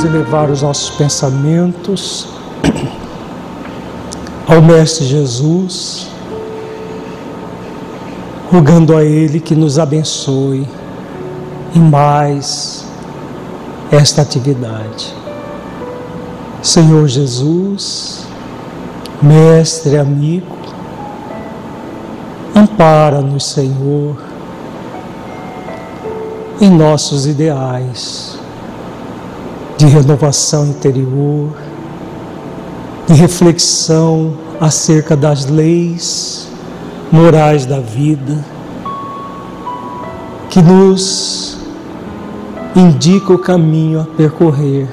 Vamos elevar os nossos pensamentos ao Mestre Jesus, rogando a Ele que nos abençoe em mais esta atividade. Senhor Jesus, Mestre amigo, ampara-nos, Senhor, em nossos ideais de renovação interior, de reflexão acerca das leis morais da vida, que nos indica o caminho a percorrer.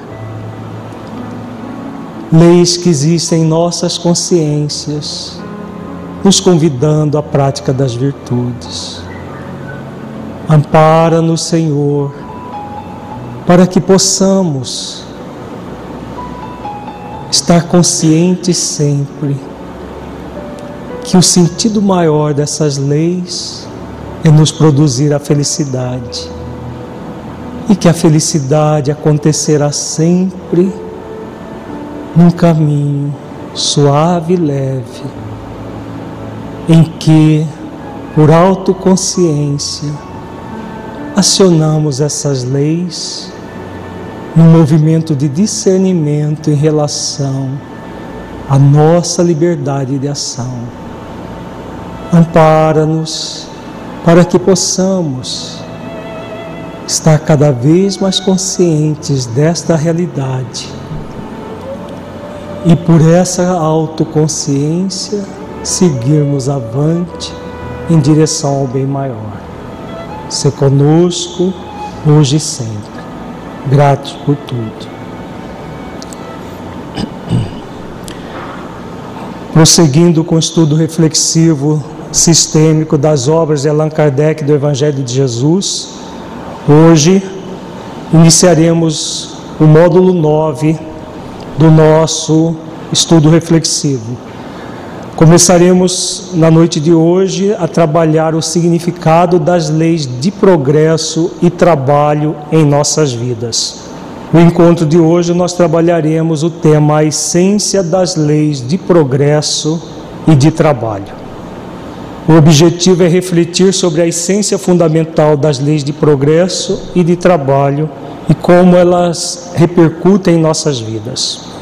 Leis que existem em nossas consciências, nos convidando à prática das virtudes. Ampara-nos, Senhor, para que possamos estar conscientes sempre que o sentido maior dessas leis é nos produzir a felicidade, e que a felicidade acontecerá sempre num caminho suave e leve, em que, por autoconsciência, acionamos essas leis num movimento de discernimento em relação à nossa liberdade de ação. Ampara-nos para que possamos estar cada vez mais conscientes desta realidade e, por essa autoconsciência, seguirmos avante em direção ao bem maior. Se conosco, hoje e sempre. Gratos por tudo. Prosseguindo com o estudo reflexivo sistêmico das obras de Allan Kardec do Evangelho de Jesus, hoje iniciaremos o módulo 9 do nosso estudo reflexivo. Começaremos na noite de hoje a trabalhar o significado das leis de progresso e trabalho em nossas vidas. No encontro de hoje nós trabalharemos o tema A Essência das Leis de Progresso e de Trabalho. O objetivo é refletir sobre a essência fundamental das leis de progresso e de trabalho e como elas repercutem em nossas vidas.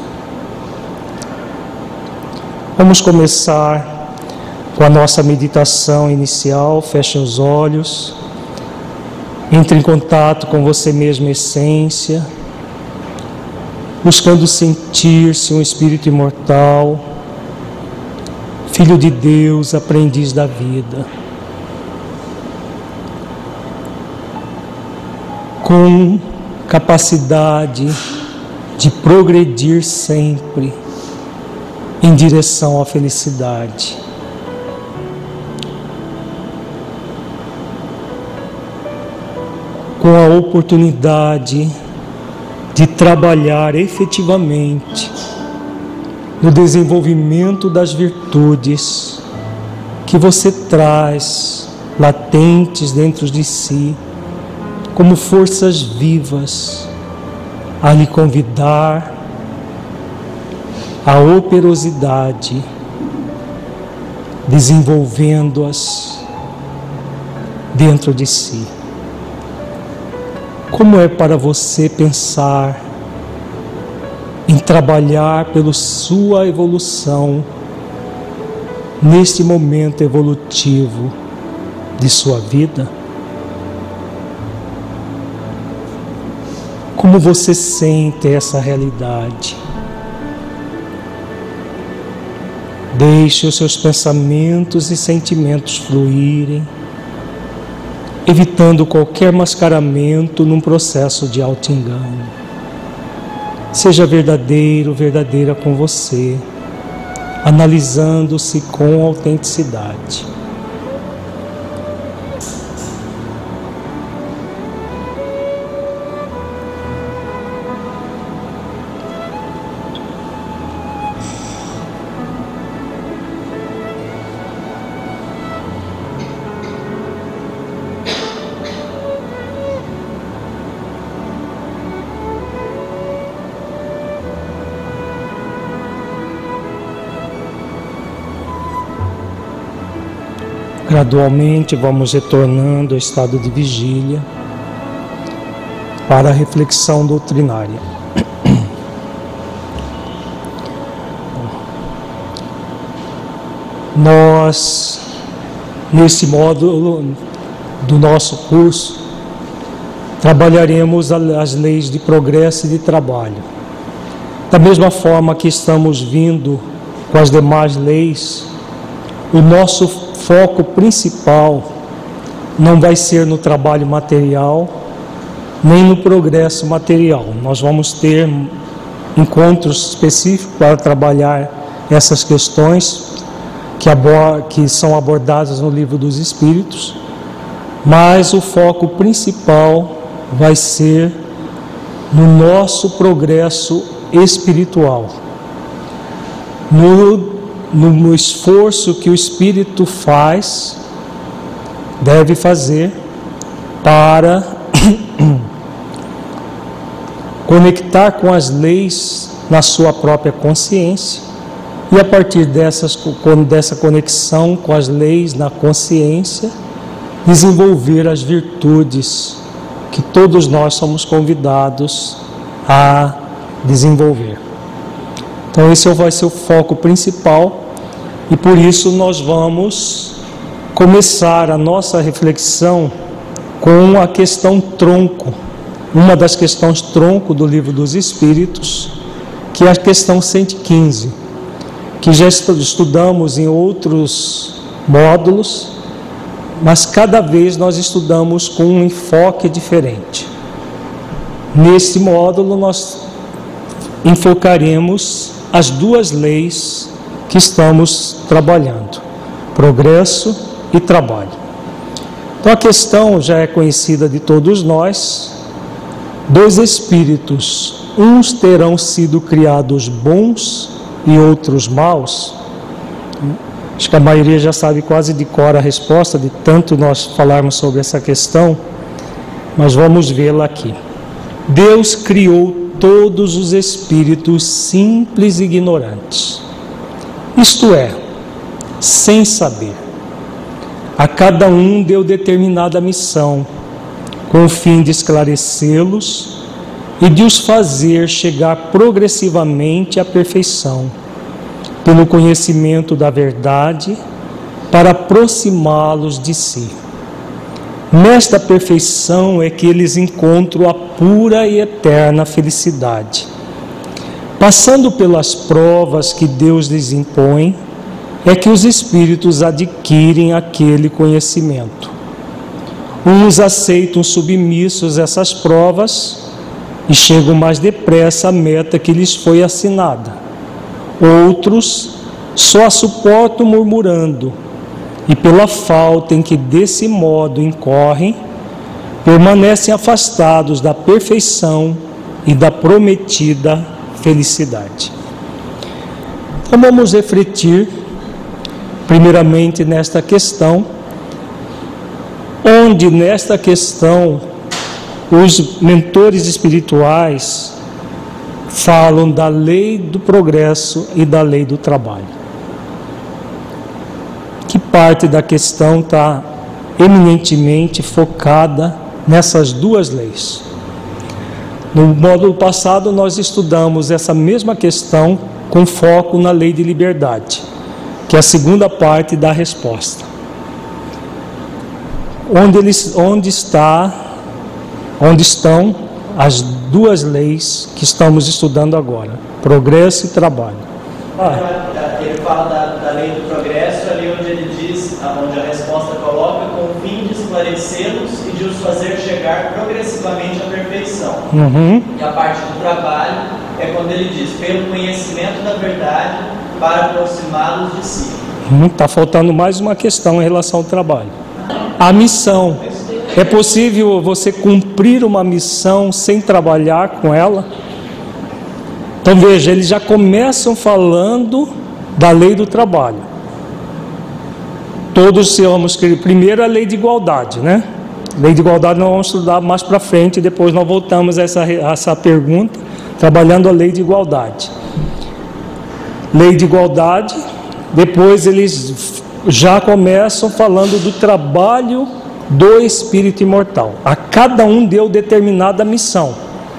Vamos começar com a nossa meditação inicial. Feche os olhos, entre em contato com você mesmo, essência, buscando sentir-se um espírito imortal, filho de Deus, aprendiz da vida, com capacidade de progredir sempre em direção à felicidade. Com a oportunidade de trabalhar efetivamente no desenvolvimento das virtudes que você traz latentes dentro de si, como forças vivas a lhe convidar a operosidade, desenvolvendo-as dentro de si. Como é para você pensar em trabalhar pela sua evolução neste momento evolutivo de sua vida? Como você sente essa realidade? Deixe os seus pensamentos e sentimentos fluírem, evitando qualquer mascaramento num processo de auto-engano. Seja verdadeiro, verdadeira com você, analisando-se com autenticidade. Gradualmente vamos retornando ao estado de vigília para a reflexão doutrinária. Nós, nesse módulo do nosso curso, trabalharemos as leis de progresso e de trabalho. Da mesma forma que estamos vindo com as demais leis, o nosso foco principal não vai ser no trabalho material, nem no progresso material. Nós vamos ter encontros específicos para trabalhar essas questões que são abordadas no Livro dos Espíritos, mas o foco principal vai ser no nosso progresso espiritual, no esforço que o Espírito deve fazer para conectar com as leis na sua própria consciência e a partir dessa conexão com as leis na consciência, desenvolver as virtudes que todos nós somos convidados a desenvolver. Então esse vai ser o foco principal e por isso nós vamos começar a nossa reflexão com a questão tronco, uma das questões tronco do Livro dos Espíritos, que é a questão 115, que já estudamos em outros módulos, mas cada vez nós estudamos com um enfoque diferente. Nesse módulo nós enfocaremos as duas leis que estamos trabalhando, progresso e trabalho. Então a questão já é conhecida de todos nós. Dois espíritos, uns terão sido criados bons e outros maus. Acho que a maioria já sabe quase de cor a resposta, de tanto nós falarmos sobre essa questão, mas vamos vê-la aqui. Deus criou todos os espíritos simples e ignorantes, isto é, sem saber. A cada um deu determinada missão, com o fim de esclarecê-los e de os fazer chegar progressivamente à perfeição, pelo conhecimento da verdade, para aproximá-los de si. Nesta perfeição é que eles encontram a pura e eterna felicidade. Passando pelas provas que Deus lhes impõe, é que os espíritos adquirem aquele conhecimento. Uns aceitam submissos essas provas e chegam mais depressa à meta que lhes foi assinada. Outros só a suportam murmurando e pela falta em que desse modo incorrem, permanecem afastados da perfeição e da prometida felicidade. Então vamos refletir primeiramente nesta questão, onde nesta questão os mentores espirituais falam da lei do progresso e da lei do trabalho. Que parte da questão está eminentemente focada nessas duas leis? No módulo passado nós estudamos essa mesma questão com foco na lei de liberdade, que é a segunda parte da resposta. Onde estão as duas leis que estamos estudando agora, progresso e trabalho. Ele fala da lei do progresso, ali onde ele diz, onde a resposta coloca, com o fim de esclarecê-los e de os fazer chegar progressivamente à perfeição. E a parte do trabalho é quando ele diz, pelo conhecimento da verdade, para aproximá-los de si. Está faltando mais uma questão em relação ao trabalho. A missão. É possível você cumprir uma missão sem trabalhar com ela? Então veja, eles já começam falando da lei do trabalho. Todos vamos que primeiro a lei de igualdade, né? Lei de igualdade nós vamos estudar mais para frente, depois nós voltamos a essa pergunta, trabalhando a lei de igualdade. Lei de igualdade, depois eles já começam falando do trabalho do espírito imortal. A cada um deu determinada missão.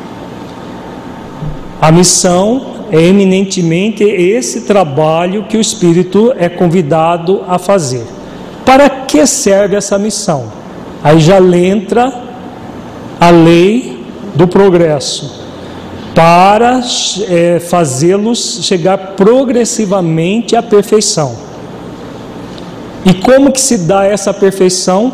A missão é eminentemente esse trabalho que o espírito é convidado a fazer. Para que serve essa missão? Aí já entra a lei do progresso, para fazê-los chegar progressivamente à perfeição. E como que se dá essa perfeição?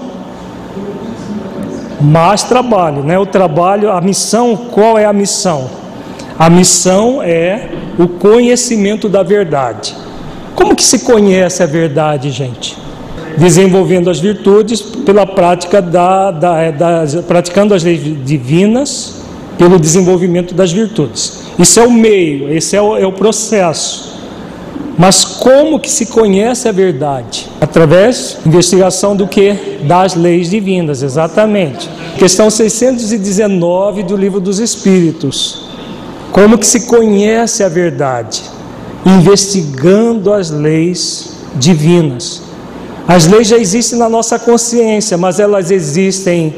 Mais trabalho, né? O trabalho, a missão, qual é a missão? A missão é o conhecimento da verdade. Como que se conhece a verdade, gente? Desenvolvendo as virtudes pela prática praticando as leis divinas, pelo desenvolvimento das virtudes. Isso é o meio, esse é o processo. Mas como que se conhece a verdade? Através da investigação do que? Das leis divinas, exatamente. Questão 619 do Livro dos Espíritos. Como que se conhece a verdade? Investigando as leis divinas. As leis já existem na nossa consciência, mas elas existem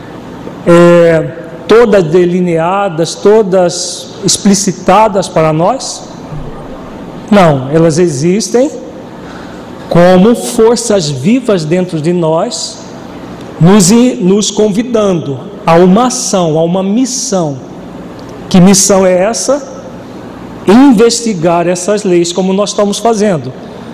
todas delineadas, todas explicitadas para nós? Não, elas existem como forças vivas dentro de nós, nos convidando a uma ação, a uma missão. Que missão é essa? Investigar essas leis, como nós estamos fazendo.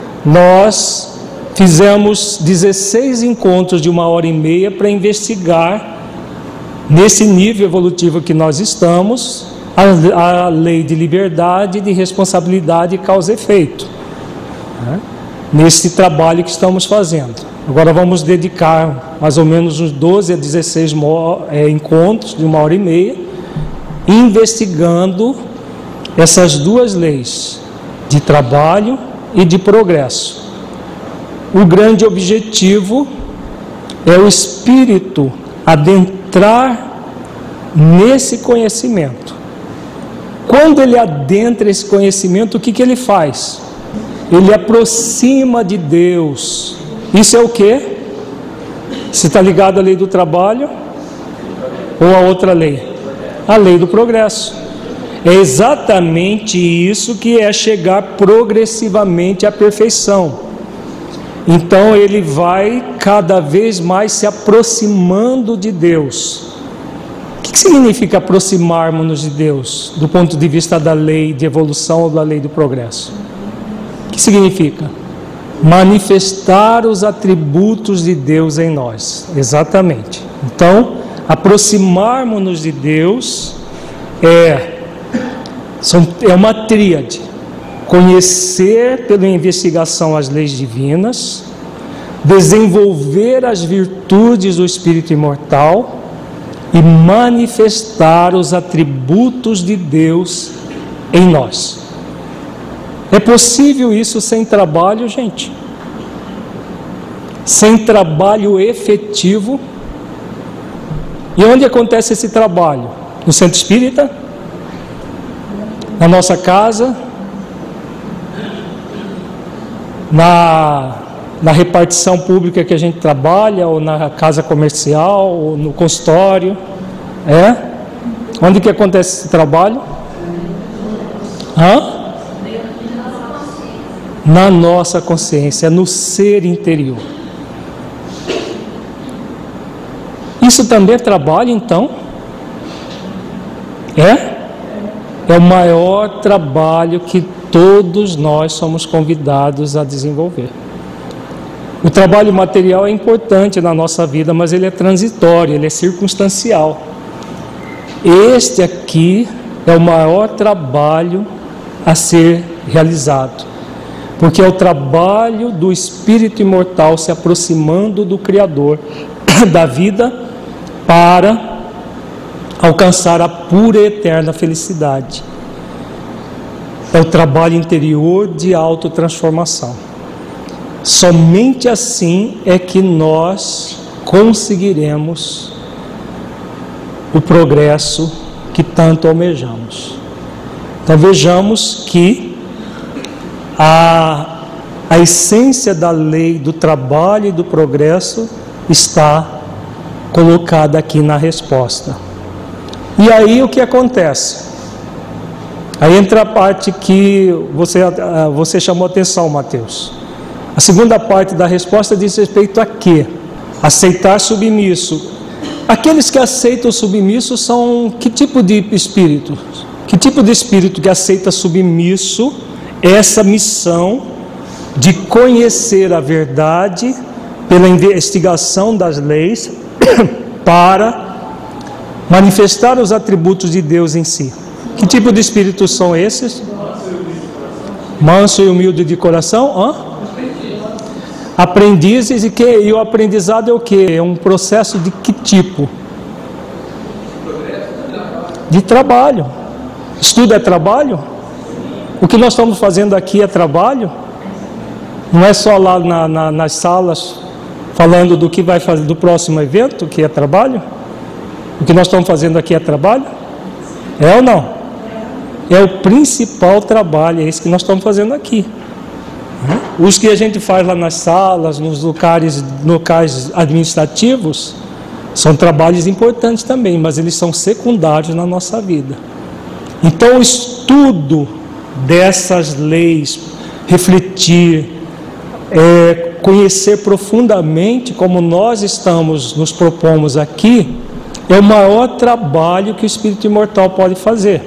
Nós fizemos 16 encontros de 1h30 para investigar, nesse nível evolutivo que nós estamos, a lei de liberdade, de responsabilidade, causa e efeito, né? Nesse trabalho que estamos fazendo. Agora vamos dedicar mais ou menos uns 12 a 16 encontros de 1h30, investigando essas duas leis, de trabalho e de progresso. O grande objetivo é o espírito adentrar nesse conhecimento. Quando ele adentra esse conhecimento, o que ele faz? Ele aproxima de Deus. Isso é o quê? Você está ligado à lei do trabalho? Ou a outra lei? A lei do progresso. É exatamente isso que é chegar progressivamente à perfeição. Então ele vai cada vez mais se aproximando de Deus. O que significa aproximarmos-nos de Deus, do ponto de vista da lei de evolução ou da lei do progresso? O que significa? Manifestar os atributos de Deus em nós. Exatamente. Então, aproximarmos-nos de Deus é uma tríade. Conhecer pela investigação as leis divinas, desenvolver as virtudes do Espírito imortal e manifestar os atributos de Deus em nós. É possível isso sem trabalho, gente? Sem trabalho efetivo? E onde acontece esse trabalho? No centro espírita? Na nossa casa? Na repartição pública que a gente trabalha, ou na casa comercial, ou no consultório? Onde que acontece esse trabalho? Na nossa consciência, no ser interior. Isso também é trabalho, então? É o maior trabalho que todos nós somos convidados a desenvolver. O trabalho material é importante na nossa vida, mas ele é transitório, ele é circunstancial. Este aqui é o maior trabalho a ser realizado, porque é o trabalho do espírito imortal se aproximando do Criador da vida para alcançar a pura e eterna felicidade. É o trabalho interior de autotransformação. Somente assim é que nós conseguiremos o progresso que tanto almejamos. Então vejamos que a a essência da lei do trabalho e do progresso está colocada aqui na resposta. E aí o que acontece? Aí entra a parte que você chamou a atenção, Mateus. A segunda parte da resposta diz respeito a quê? Aceitar submisso. Aqueles que aceitam submisso são que tipo de espírito? Que tipo de espírito que aceita submisso essa missão de conhecer a verdade pela investigação das leis para manifestar os atributos de Deus em si? Que tipo de espíritos são esses? Manso e humilde de coração? Aprendizes. E o aprendizado é o que? É um processo de que tipo? De trabalho. Estudo é trabalho? O que nós estamos fazendo aqui é trabalho? Não é só lá nas salas falando do que vai fazer do próximo evento, que é trabalho? O que nós estamos fazendo aqui é trabalho? É ou não? É o principal trabalho, é isso que nós estamos fazendo aqui. Os que a gente faz lá nas salas, nos locais administrativos, são trabalhos importantes também, mas eles são secundários na nossa vida. Então o estudo dessas leis, refletir, conhecer profundamente como nós estamos nos propomos aqui, é o maior trabalho que o espírito imortal pode fazer.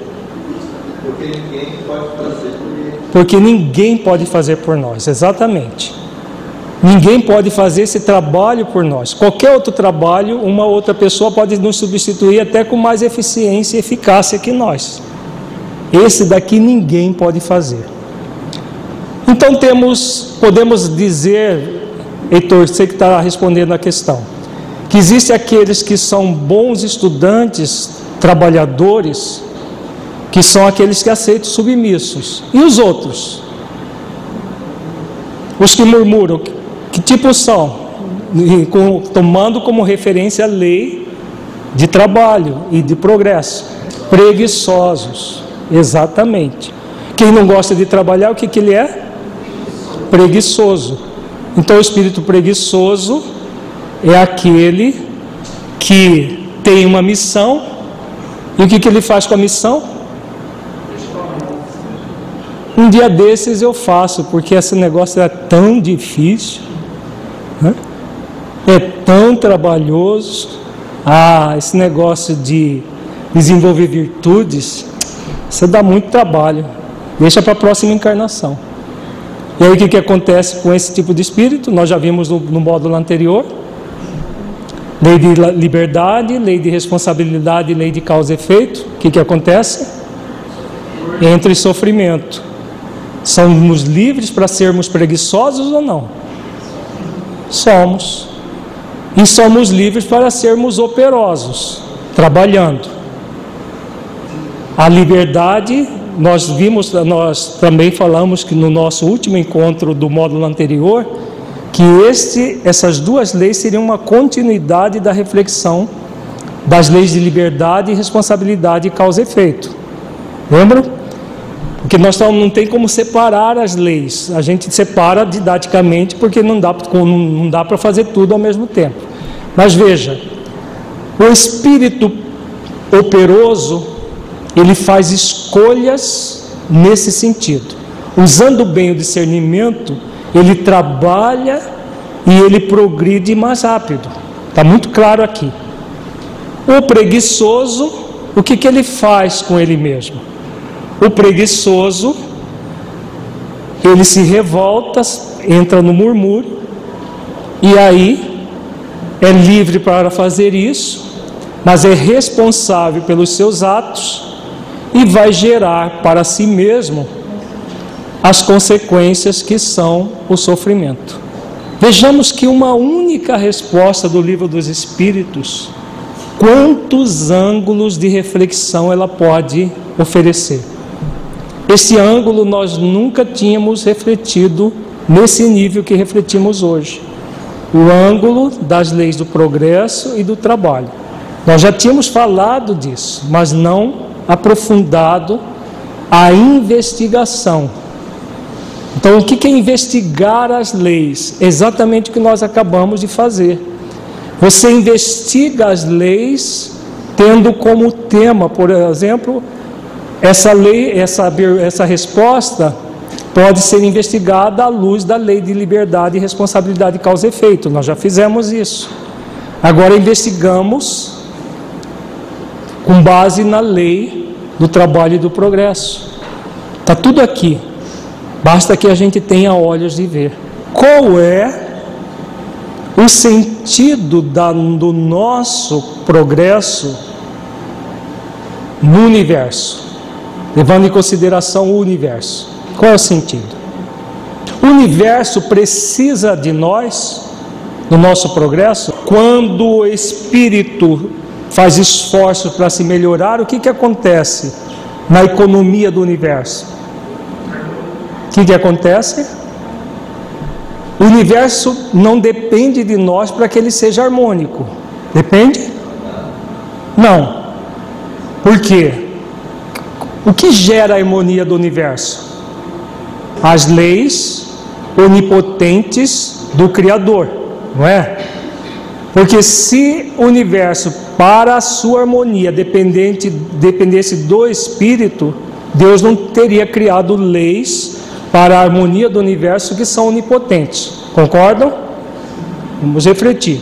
Porque ninguém pode fazer por nós, exatamente. Ninguém pode fazer esse trabalho por nós. Qualquer outro trabalho, uma outra pessoa pode nos substituir até com mais eficiência e eficácia que nós. Esse daqui ninguém pode fazer. Então podemos dizer, Heitor, você que está respondendo a questão, que existem aqueles que são bons estudantes, trabalhadores, que são aqueles que aceitam submissos. E os outros? Os que murmuram, que tipo são? Tomando como referência a lei de trabalho e de progresso. Preguiçosos, exatamente. Quem não gosta de trabalhar, o que ele é? Preguiçoso. Então o espírito preguiçoso é aquele que tem uma missão, e o que ele faz com a missão? Um dia desses eu faço, porque esse negócio é tão difícil, né? É tão trabalhoso. Esse negócio de desenvolver virtudes, isso dá muito trabalho, deixa para a próxima encarnação. E aí o que acontece com esse tipo de espírito? Nós já vimos no módulo anterior: lei de liberdade, lei de responsabilidade, lei de causa e efeito. O que acontece? Entra em sofrimento. Somos livres para sermos preguiçosos ou não? Somos. E somos livres para sermos operosos, trabalhando. A liberdade, nós também falamos que no nosso último encontro do módulo anterior, que essas duas leis seriam uma continuidade da reflexão das leis de liberdade, responsabilidade e causa e efeito. Lembram? Porque nós não tem como separar as leis. A gente separa didaticamente porque não dá para fazer tudo ao mesmo tempo. Mas veja, o espírito operoso, ele faz escolhas nesse sentido. Usando bem o discernimento, ele trabalha e ele progride mais rápido. Está muito claro aqui. O preguiçoso, o que ele faz com ele mesmo? O preguiçoso, ele se revolta, entra no murmúrio, e aí é livre para fazer isso, mas é responsável pelos seus atos e vai gerar para si mesmo as consequências que são o sofrimento. Vejamos que uma única resposta do Livro dos Espíritos, quantos ângulos de reflexão ela pode oferecer. Esse ângulo nós nunca tínhamos refletido nesse nível que refletimos hoje. O ângulo das leis do progresso e do trabalho. Nós já tínhamos falado disso, mas não aprofundado a investigação. Então, o que é investigar as leis? Exatamente o que nós acabamos de fazer. Você investiga as leis tendo como tema, por exemplo, essa lei, essa resposta pode ser investigada à luz da lei de liberdade e responsabilidade de causa e efeito. Nós já fizemos isso. Agora investigamos com base na lei do trabalho e do progresso. Está tudo aqui. Basta que a gente tenha olhos de ver. Qual é o sentido do nosso progresso no universo? Levando em consideração o universo. Qual é o sentido? O universo precisa de nós, do nosso progresso. Quando o espírito faz esforços para se melhorar, o que acontece na economia do universo? O que acontece? O universo não depende de nós para que ele seja harmônico. Depende? Não. Por quê? O que gera a harmonia do universo? As leis onipotentes do Criador, não é? Porque se o universo, para a sua harmonia, dependesse do Espírito, Deus não teria criado leis para a harmonia do universo que são onipotentes. Concordam? Vamos refletir.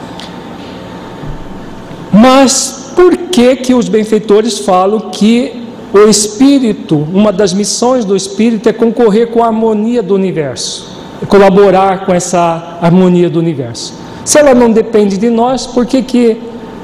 Mas por que os benfeitores falam que o Espírito, uma das missões do Espírito é concorrer com a harmonia do universo, colaborar com essa harmonia do universo? Se ela não depende de nós, por que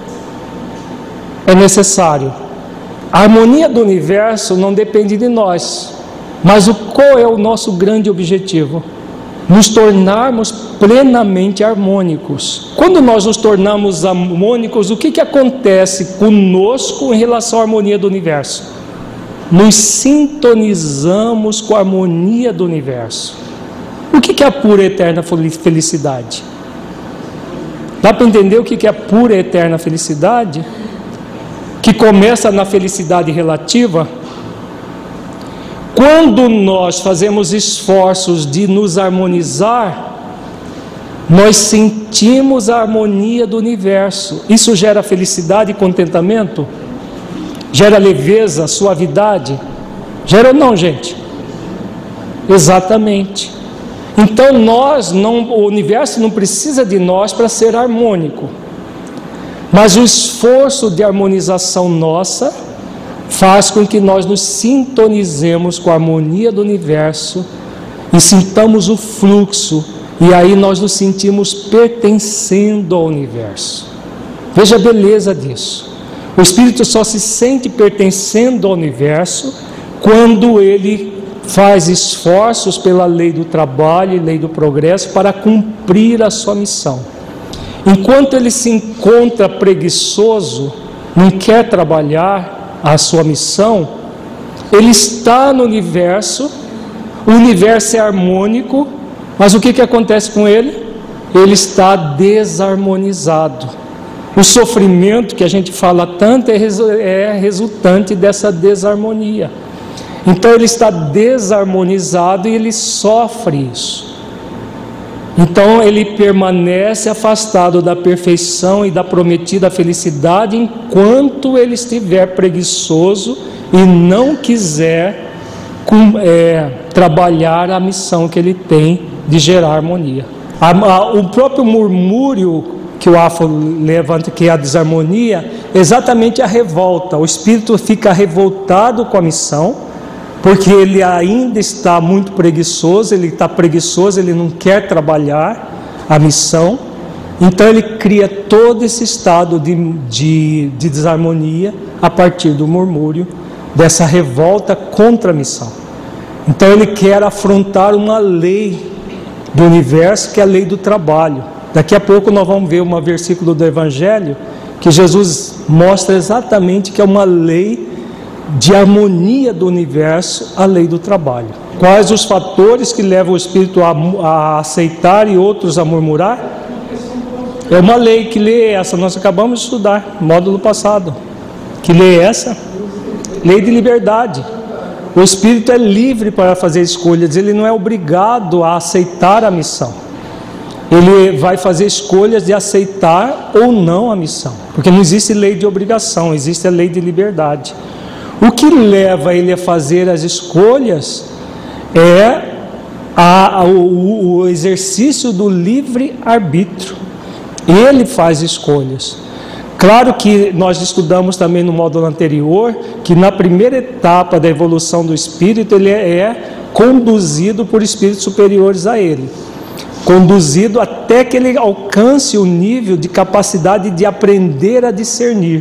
é necessário? A harmonia do universo não depende de nós, mas qual é o nosso grande objetivo? Nos tornarmos plenamente harmônicos. Quando nós nos tornamos harmônicos, o que acontece conosco em relação à harmonia do universo? Nos sintonizamos com a harmonia do universo. O que é a pura e eterna felicidade? Dá para entender o que é a pura e eterna felicidade? Que começa na felicidade relativa. Quando nós fazemos esforços de nos harmonizar, nós sentimos a harmonia do universo. Isso gera felicidade e contentamento? Gera leveza, suavidade? Gera ou não, gente? Exatamente. Então o universo não precisa de nós para ser harmônico. Mas o esforço de harmonização nossa faz com que nós nos sintonizemos com a harmonia do universo e sintamos o fluxo, e aí nós nos sentimos pertencendo ao universo. Veja a beleza disso. O espírito só se sente pertencendo ao universo quando ele faz esforços pela lei do trabalho e lei do progresso para cumprir a sua missão. Enquanto ele se encontra preguiçoso, não quer trabalhar a sua missão, ele está no universo, o universo é harmônico, mas o que acontece com ele? Ele está desarmonizado. O sofrimento que a gente fala tanto é resultante dessa desarmonia. Então ele está desarmonizado e ele sofre isso. Então ele permanece afastado da perfeição e da prometida felicidade enquanto ele estiver preguiçoso e não quiser trabalhar a missão que ele tem de gerar harmonia. O próprio murmúrio que o Afo levanta, que é a desarmonia, exatamente a revolta. O espírito fica revoltado com a missão, porque ele ainda está muito preguiçoso, ele não quer trabalhar a missão, então ele cria todo esse estado de desarmonia a partir do murmúrio, dessa revolta contra a missão. Então ele quer afrontar uma lei do universo, que é a lei do trabalho. Daqui a pouco nós vamos ver um versículo do Evangelho, que Jesus mostra exatamente que é uma lei de harmonia do universo, a lei do trabalho. Quais os fatores que levam o espírito a aceitar e outros a murmurar? É uma lei. Que lei é essa? Nós acabamos de estudar, módulo passado. Que lei é essa? Lei de liberdade. o Espírito é livre para fazer escolhas, ele não é obrigado a aceitar a missão. Ele vai fazer escolhas de aceitar ou não a missão, porque não existe lei de obrigação, existe a lei de liberdade. O que leva ele a fazer as escolhas é o exercício do livre-arbítrio. Ele faz escolhas. Claro que nós estudamos também no módulo anterior que na primeira etapa da evolução do espírito ele é conduzido por espíritos superiores a ele, conduzido até que ele alcance o nível de capacidade de aprender a discernir.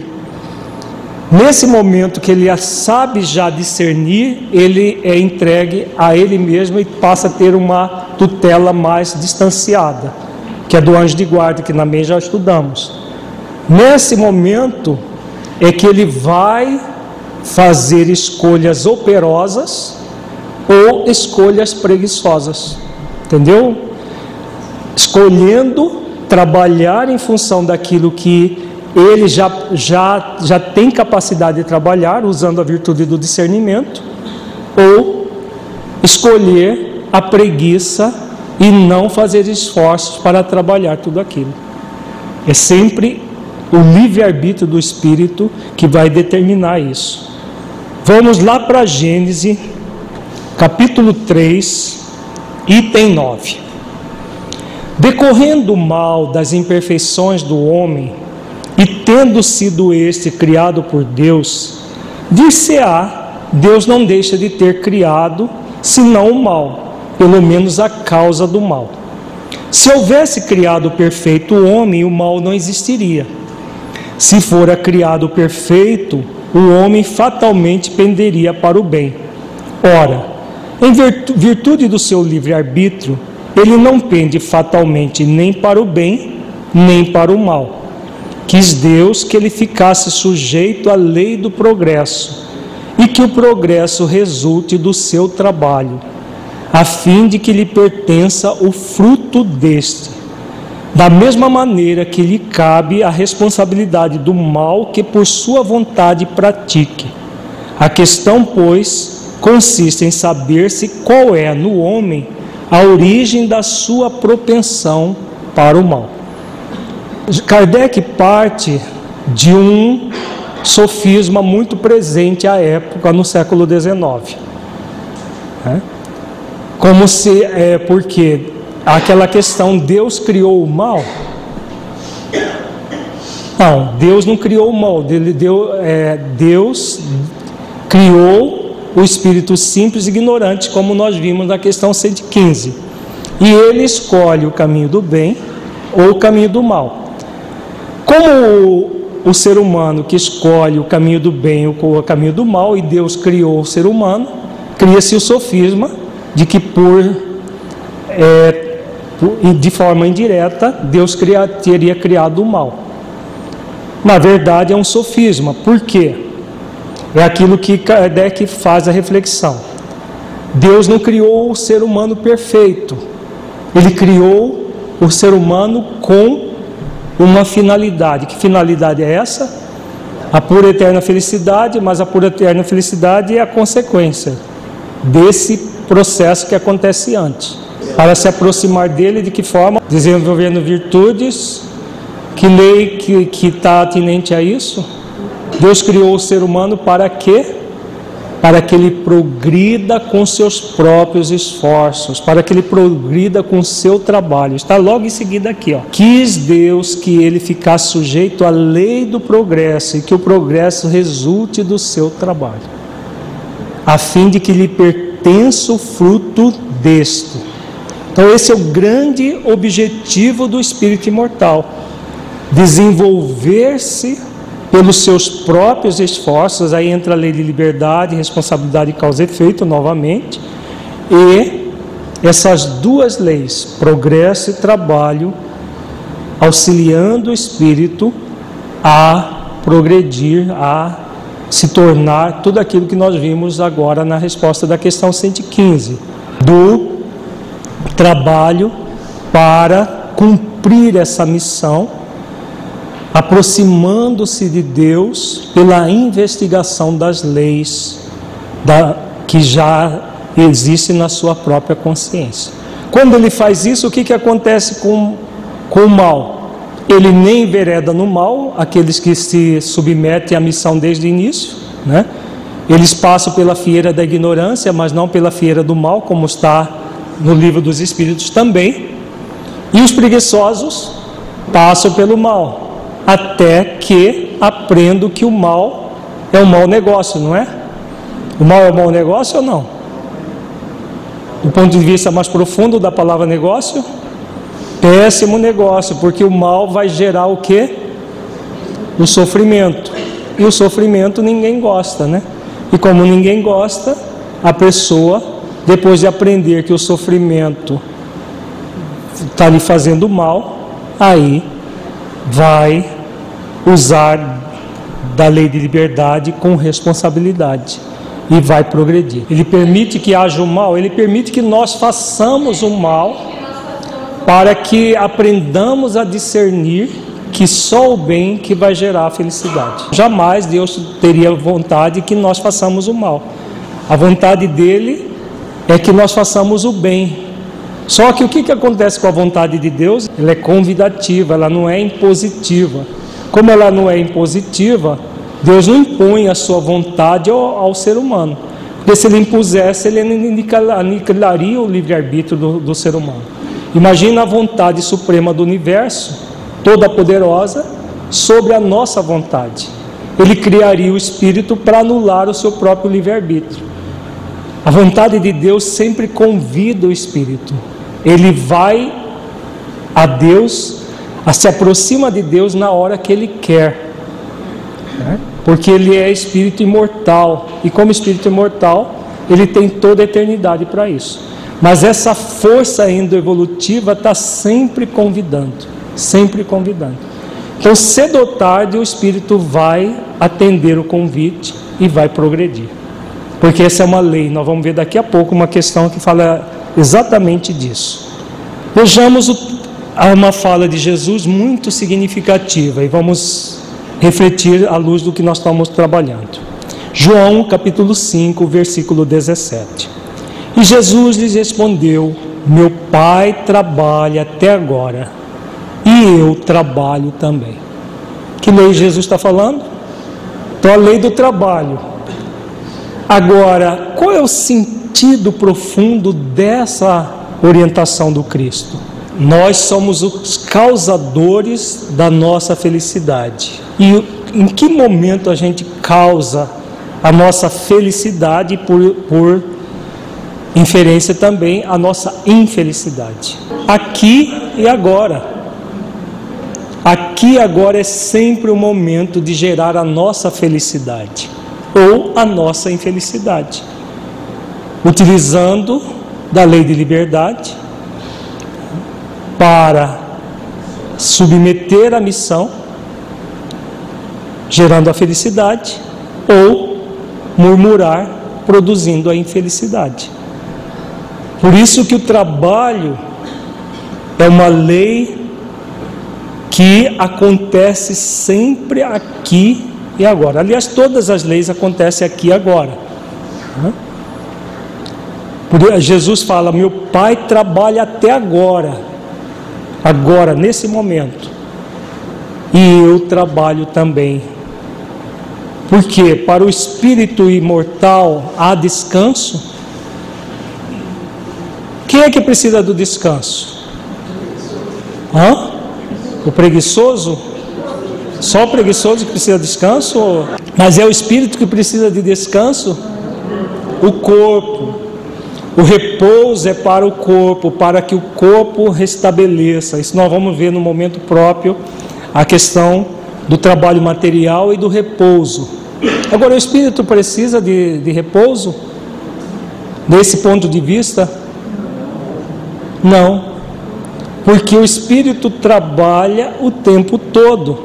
Nesse momento que ele sabe já discernir, ele é entregue a ele mesmo e passa a ter uma tutela mais distanciada, que é do anjo de guarda, que também já estudamos. Nesse momento é que ele vai fazer escolhas operosas ou escolhas preguiçosas, entendeu? Escolhendo trabalhar em função daquilo que ele já tem capacidade de trabalhar, usando a virtude do discernimento, ou escolher a preguiça e não fazer esforços para trabalhar tudo aquilo. É sempre o livre-arbítrio do Espírito que vai determinar isso. Vamos lá para Gênesis, capítulo 3, item 9. Decorrendo o mal das imperfeições do homem, e tendo sido este criado por Deus, dir-se-á, Deus não deixa de ter criado, senão o mal, pelo menos a causa do mal. Se houvesse criado perfeito o homem, o mal não existiria. Se fora criado perfeito, o homem fatalmente penderia para o bem. Ora, em virtude do seu livre-arbítrio, ele não pende fatalmente nem para o bem, nem para o mal. Quis Deus que ele ficasse sujeito à lei do progresso, e que o progresso resulte do seu trabalho, a fim de que lhe pertença o fruto deste. Da mesma maneira que lhe cabe a responsabilidade do mal que por sua vontade pratique. A questão, pois, consiste em saber-se qual é no homem a origem da sua propensão para o mal. Kardec parte de um sofisma muito presente à época, no século XIX. Como se, porque aquela questão, Deus criou o mal? Não, Deus não criou o mal, Deus criou o espírito simples e ignorante, como nós vimos na questão 115. E ele escolhe o caminho do bem ou o caminho do mal. Como o ser humano que escolhe o caminho do bem ou o caminho do mal, e Deus criou o ser humano, cria-se o sofisma de que de forma indireta, Deus teria criado o mal. Na verdade é um sofisma. Por quê? É aquilo que Kardec faz a reflexão. Deus não criou o ser humano perfeito. Ele criou o ser humano com uma finalidade. Que finalidade é essa? A pura eterna felicidade, mas a pura eterna felicidade é a consequência desse processo que acontece antes. Para se aproximar dele, de que forma? Desenvolvendo virtudes. Que lei que está atinente a isso? Deus criou o ser humano para quê? Para que ele progrida com seus próprios esforços, para que ele progrida com o seu trabalho. Está logo em seguida aqui, ó. Quis Deus que ele ficasse sujeito à lei do progresso e que o progresso resulte do seu trabalho, a fim de que lhe pertença o fruto deste. Então esse é o grande objetivo do espírito imortal: desenvolver-se pelos seus próprios esforços. Aí entra a lei de liberdade, responsabilidade, causa e efeito novamente, e essas duas leis, progresso e trabalho, auxiliando o espírito a progredir, a se tornar tudo aquilo que nós vimos agora na resposta da questão 115, do trabalho para cumprir essa missão, aproximando-se de Deus pela investigação das leis que já existe na sua própria consciência. Quando ele faz isso, o que acontece com o mal? Ele nem envereda no mal, aqueles que se submetem à missão desde o início, né? Eles passam pela fieira da ignorância, mas não pela fieira do mal, como está no livro dos Espíritos também. E os preguiçosos passam pelo mal, até que aprendam que o mal é um mau negócio, não é? O mal é um mau negócio ou não? Do ponto de vista mais profundo da palavra negócio, péssimo negócio, porque o mal vai gerar o quê? O sofrimento. E o sofrimento ninguém gosta, né? E como ninguém gosta, a pessoa, depois de aprender que o sofrimento está lhe fazendo mal, aí vai usar da lei de liberdade com responsabilidade e vai progredir. Ele permite que haja o mal, ele permite que nós façamos o mal para que aprendamos a discernir que só o bem que vai gerar a felicidade. Jamais Deus teria vontade que nós façamos o mal. A vontade dele é que nós façamos o bem. Só que o que acontece com a vontade de Deus? Ela é convidativa, ela não é impositiva. Como ela não é impositiva, Deus não impõe a sua vontade ao ser humano. Porque se ele impusesse, ele aniquilaria o livre-arbítrio do ser humano. Imagina a vontade suprema do universo, toda poderosa, sobre a nossa vontade. Ele criaria o espírito para anular o seu próprio livre-arbítrio. A vontade de Deus sempre convida o espírito. Ele vai a Deus, se aproxima de Deus na hora que ele quer, né? Porque ele é espírito imortal, e como espírito imortal, ele tem toda a eternidade para isso. Mas essa força endoevolutiva está sempre convidando, sempre convidando. Então, cedo ou tarde, o espírito vai atender o convite e vai progredir. Porque essa é uma lei, nós vamos ver daqui a pouco uma questão que fala exatamente disso. Vejamos uma fala de Jesus muito significativa e vamos refletir à luz do que nós estamos trabalhando. João capítulo 5, versículo 17. E Jesus lhes respondeu: meu Pai trabalha até agora e eu trabalho também. Que lei Jesus está falando? Então, a lei do trabalho. Agora, qual é o sentido profundo dessa orientação do Cristo? Nós somos os causadores da nossa felicidade. E em que momento a gente causa a nossa felicidade, por inferência também, a nossa infelicidade? Aqui e agora. Aqui e agora é sempre o momento de gerar a nossa felicidade ou a nossa infelicidade, utilizando da lei de liberdade para submeter a missão, gerando a felicidade, ou murmurar, produzindo a infelicidade. Por isso que o trabalho é uma lei que acontece sempre aqui e agora. Aliás, todas as leis acontecem aqui e agora. Jesus fala: meu Pai trabalha até agora, nesse momento, e eu trabalho também. Porque para o espírito imortal há descanso. Quem é que precisa do descanso? O preguiçoso? Só o preguiçoso que precisa de descanso? Mas é o espírito que precisa de descanso? O corpo. O repouso é para o corpo, para que o corpo restabeleça. Isso nós vamos ver no momento próprio, a questão do trabalho material e do repouso. Agora, o espírito precisa de repouso? Desse ponto de vista? Não. Porque o espírito trabalha o tempo todo.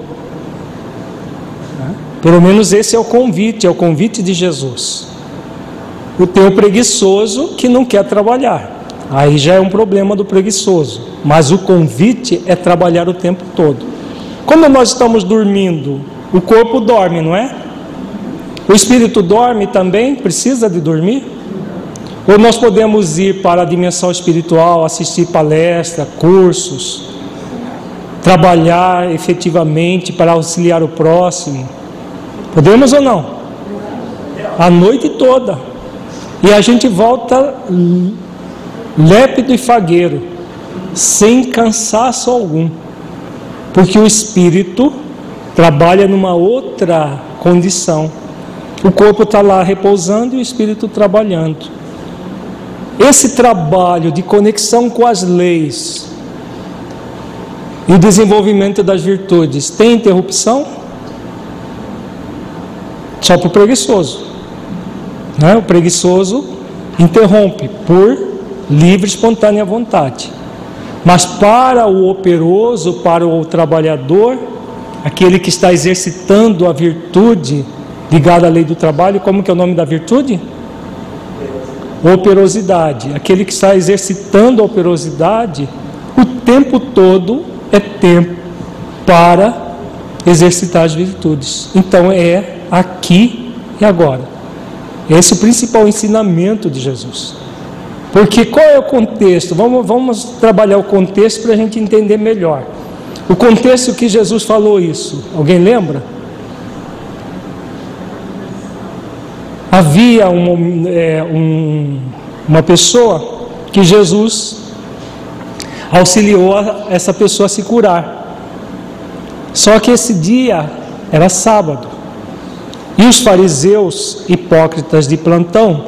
Pelo menos esse é o convite de Jesus. Tem o preguiçoso que não quer trabalhar. Aí já é um problema do preguiçoso. Mas o convite é trabalhar o tempo todo. Quando nós estamos dormindo, o corpo dorme, não é? O espírito dorme também? Precisa de dormir? Ou nós podemos ir para a dimensão espiritual, assistir palestras, cursos, trabalhar efetivamente para auxiliar o próximo. Podemos ou não? A noite toda. E a gente volta lépido e fagueiro, sem cansaço algum. Porque o espírito trabalha numa outra condição. O corpo está lá repousando e o espírito trabalhando. Esse trabalho de conexão com as leis e o desenvolvimento das virtudes tem interrupção? Só para o preguiçoso, né? O preguiçoso interrompe por livre e espontânea vontade. Mas para o operoso, para o trabalhador, aquele que está exercitando a virtude ligada à lei do trabalho, como que é o nome da virtude? Operosidade. Aquele que está exercitando a operosidade, o tempo todo é tempo para exercitar as virtudes. Então é aqui e agora. Esse é o principal ensinamento de Jesus. Porque qual é o contexto? Vamos trabalhar o contexto para a gente entender melhor. O contexto que Jesus falou isso, alguém lembra? Havia uma pessoa que Jesus auxiliou essa pessoa a se curar. Só que esse dia era sábado. E os fariseus hipócritas de plantão,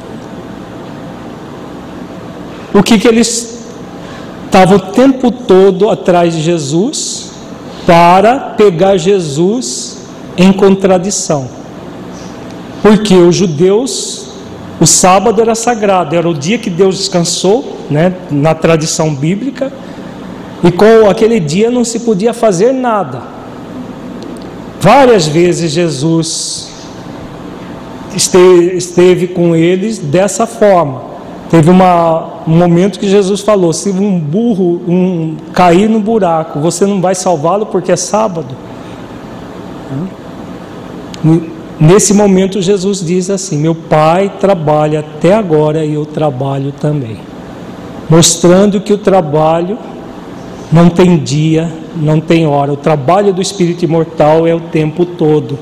o que eles estavam o tempo todo atrás de Jesus para pegar Jesus em contradição. Porque os judeus, o sábado era sagrado, era o dia que Deus descansou, né, na tradição bíblica, e com aquele dia não se podia fazer nada. Várias vezes Jesus esteve com eles dessa forma. Teve um momento que Jesus falou: se um burro cair no buraco, você não vai salvá-lo porque é sábado? Nesse momento Jesus diz assim: meu Pai trabalha até agora e eu trabalho também, mostrando que o trabalho não tem dia, não tem hora. O trabalho do espírito imortal é o tempo todo.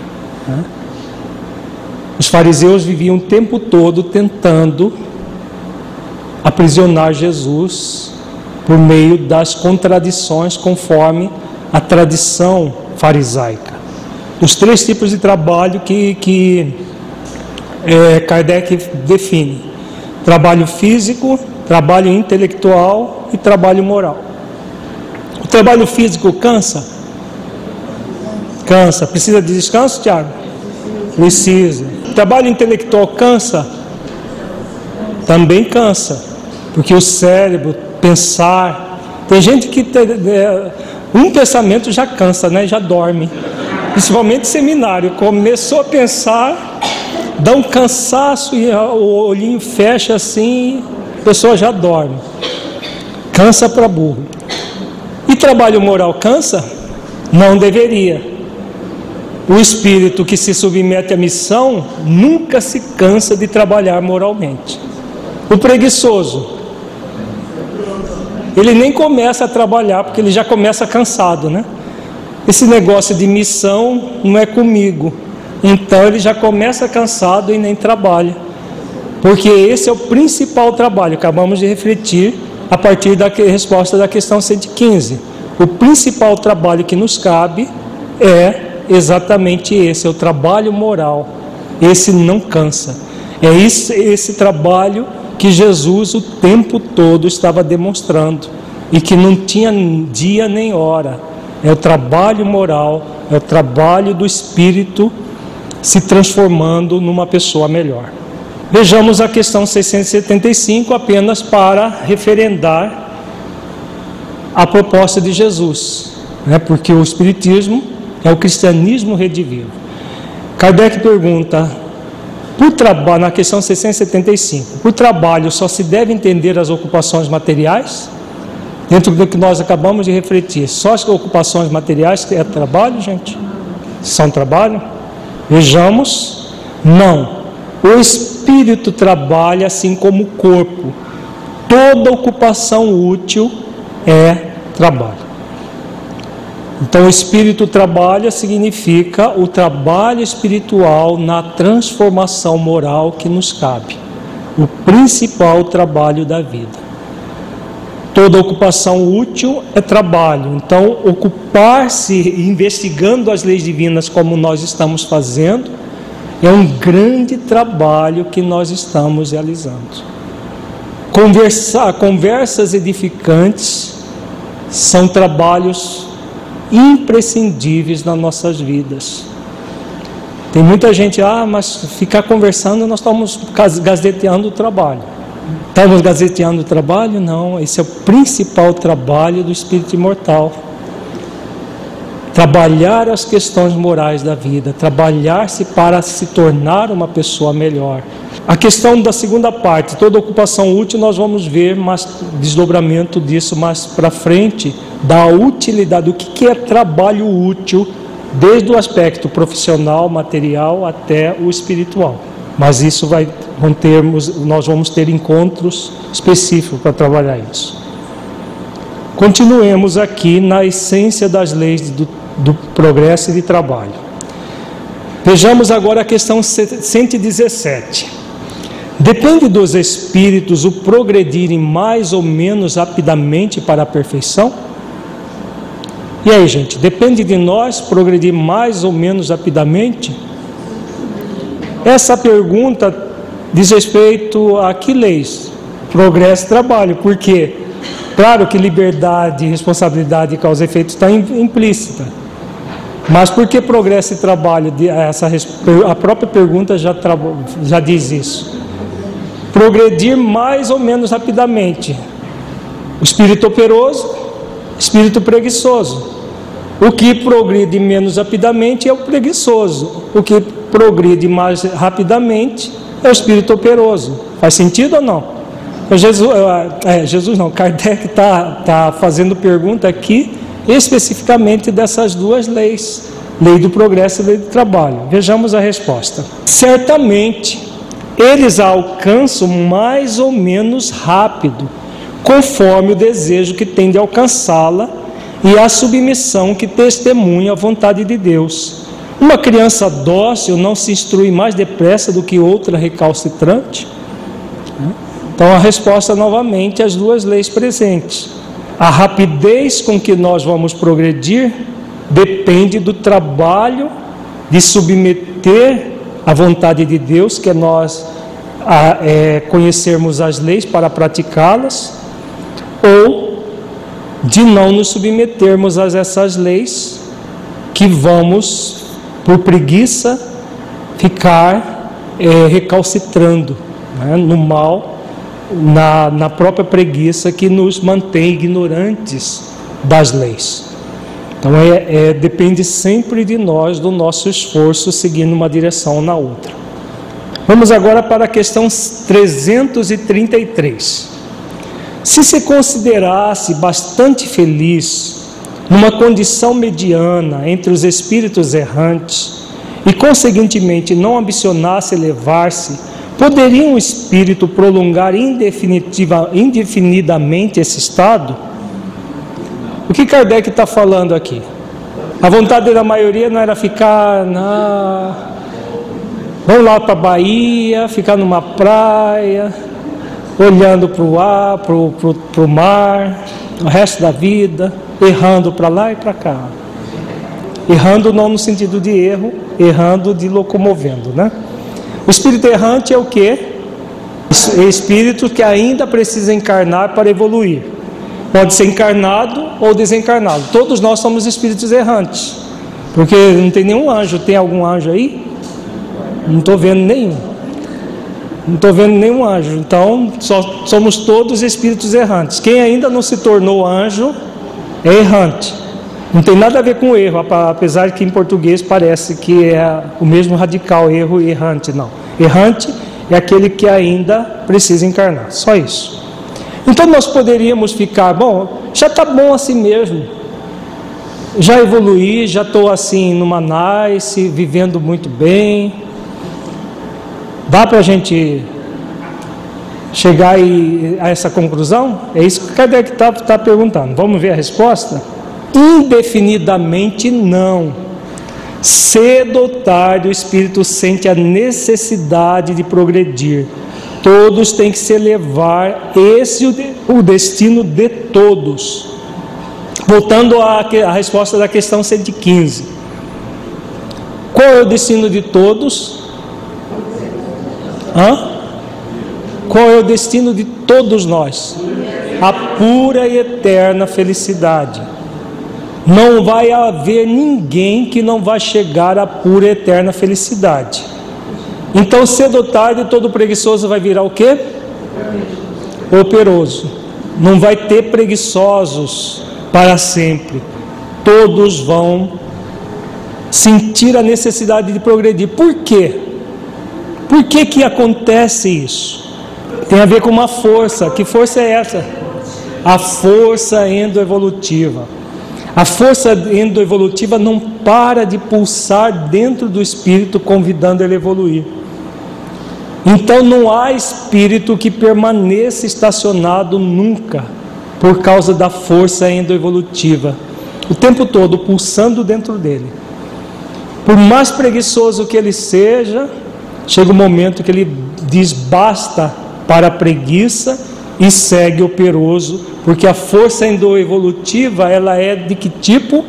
Os fariseus viviam o tempo todo tentando aprisionar Jesus por meio das contradições conforme a tradição farisaica. Os três tipos de trabalho que Kardec define: trabalho físico, trabalho intelectual e trabalho moral. O trabalho físico cansa? Cansa. Precisa de descanso, Tiago? Precisa. O trabalho intelectual cansa? Também cansa, porque o cérebro, pensar, tem gente que um pensamento já cansa, né? Já dorme. Principalmente seminário, começou a pensar, dá um cansaço e o olhinho fecha assim, a pessoa já dorme. Cansa para burro. E trabalho moral cansa? Não deveria. O espírito que se submete à missão nunca se cansa de trabalhar moralmente. O preguiçoso, ele nem começa a trabalhar porque ele já começa cansado, né? Esse negócio de missão não é comigo. Então ele já começa cansado e nem trabalha. Porque esse é o principal trabalho. Acabamos de refletir a partir da resposta da questão 115. O principal trabalho que nos cabe é exatamente esse, é o trabalho moral. Esse não cansa. É esse trabalho que Jesus o tempo todo estava demonstrando e que não tinha dia nem hora. É o trabalho moral, é o trabalho do espírito se transformando numa pessoa melhor. Vejamos a questão 675 apenas para referendar a proposta de Jesus, né? Porque o espiritismo é o cristianismo redivivo. Kardec pergunta, na questão 675, por trabalho só se deve entender as ocupações materiais? Dentro do que nós acabamos de refletir, só as ocupações materiais que é trabalho, gente? São trabalho? Vejamos, não. espírito trabalha assim como o corpo. Toda ocupação útil é trabalho. Então, o espírito trabalha significa o trabalho espiritual na transformação moral que nos cabe. O principal trabalho da vida. Toda ocupação útil é trabalho. Então, ocupar-se investigando as leis divinas como nós estamos fazendo é um grande trabalho que nós estamos realizando. Conversas edificantes são trabalhos imprescindíveis nas nossas vidas. Tem muita gente, mas ficar conversando, nós estamos gazeteando o trabalho. Estamos gazeteando o trabalho? Não, esse é o principal trabalho do espírito imortal. Trabalhar as questões morais da vida, trabalhar-se para se tornar uma pessoa melhor. A questão da segunda parte, toda ocupação útil, nós vamos ver mais desdobramento disso mais para frente, da utilidade, o que é trabalho útil, desde o aspecto profissional, material, até o espiritual. Mas isso nós vamos ter encontros específicos para trabalhar isso. Continuemos aqui na essência das leis do progresso e de trabalho. Vejamos agora a questão 117. Depende dos espíritos o progredirem mais ou menos rapidamente para a perfeição? E aí, gente, depende de nós progredir mais ou menos rapidamente? Essa pergunta diz respeito a que leis? Progresso e trabalho. Por quê? Claro que liberdade, responsabilidade e causa e efeito está implícita. Mas por que progresso e trabalho? A própria pergunta já diz isso. Progredir mais ou menos rapidamente. O espírito operoso, espírito preguiçoso. O que progride menos rapidamente é o preguiçoso. O que progride mais rapidamente é o espírito operoso. Faz sentido ou não? Kardec está fazendo pergunta aqui especificamente dessas duas leis, lei do progresso e lei do trabalho. Vejamos a resposta. Certamente eles a alcançam mais ou menos rápido, conforme o desejo que tem de alcançá-la e a submissão que testemunha a vontade de Deus. Uma criança dócil não se instrui mais depressa do que outra recalcitrante? Então a resposta novamente às duas leis presentes. A rapidez com que nós vamos progredir depende do trabalho de submeter a vontade de Deus, que é nós conhecermos as leis para praticá-las, ou de não nos submetermos a essas leis, que vamos, por preguiça, ficar recalcitrando, né, no mal, na própria preguiça que nos mantém ignorantes das leis. Então depende sempre de nós, do nosso esforço, seguindo uma direção ou na outra. Vamos agora para a questão 333. Se se considerasse bastante feliz numa condição mediana entre os espíritos errantes e, conseguintemente, não ambicionasse elevar-se, poderia um espírito prolongar indefinidamente esse estado? O que Kardec está falando aqui? A vontade da maioria não era ficar vamos lá para a Bahia, ficar numa praia, olhando para o ar, para o mar, o resto da vida, errando para lá e para cá. Errando não no sentido de erro, errando de locomovendo, né? O espírito errante é o quê? É espírito que ainda precisa encarnar para evoluir. Pode ser encarnado ou desencarnado. Todos nós somos espíritos errantes. Porque não tem nenhum anjo. Tem algum anjo aí? Não estou vendo nenhum. Não estou vendo nenhum anjo. Então, somos todos espíritos errantes. Quem ainda não se tornou anjo é errante. Não tem nada a ver com erro, apesar que em português parece que é o mesmo radical, erro e errante. Não. Errante é aquele que ainda precisa encarnar. Só isso. Então nós poderíamos ficar, já está bom assim mesmo, já evoluí, já estou assim numa nice, vivendo muito bem, Dá para a gente chegar a essa conclusão? É isso que Kardec está perguntando. Vamos ver a resposta? Indefinidamente não. Cedo ou tarde o espírito sente a necessidade de progredir. Todos têm que se elevar, esse é o destino de todos. Voltando à resposta da questão 115. Qual é o destino de todos? Qual é o destino de todos nós? A pura e eterna felicidade. Não vai haver ninguém que não vai chegar à pura e eterna felicidade. Então, cedo ou tarde, todo preguiçoso vai virar o quê? Operoso. Não vai ter preguiçosos para sempre. Todos vão sentir a necessidade de progredir. Por quê? Por que acontece isso? Tem a ver com uma força. Que força é essa? A força endoevolutiva. A força endoevolutiva não para de pulsar dentro do espírito, convidando ele a evoluir. Então não há espírito que permaneça estacionado nunca, por causa da força endoevolutiva, o tempo todo pulsando dentro dele. Por mais preguiçoso que ele seja, chega um momento que ele diz basta para a preguiça e segue operoso, porque a força endoevolutiva, ela é de que tipo?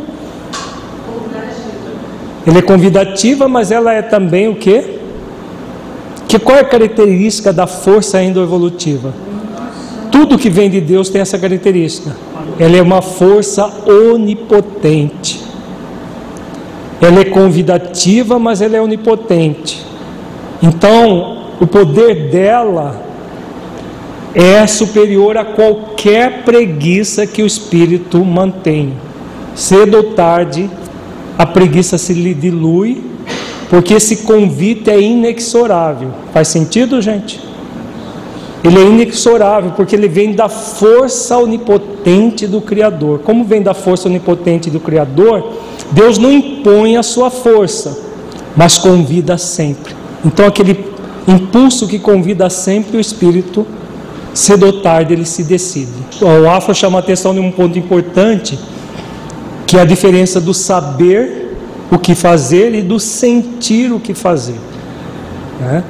Ela é convidativa, mas ela é também o quê? Qual é a característica da força endoevolutiva? Tudo que vem de Deus tem essa característica. Ela é uma força onipotente. Ela é convidativa, mas ela é onipotente. Então, o poder dela é superior a qualquer preguiça que o espírito mantém. Cedo ou tarde, a preguiça se lhe dilui, porque esse convite é inexorável. Faz sentido, gente? Ele é inexorável, porque ele vem da força onipotente do Criador. Como vem da força onipotente do Criador, Deus não impõe a sua força, mas convida sempre. Então aquele impulso que convida sempre, o espírito, cedo ou tarde, ele se decide. O Afro chama a atenção de um ponto importante, que é a diferença do saber o que fazer e do sentir o que fazer, né?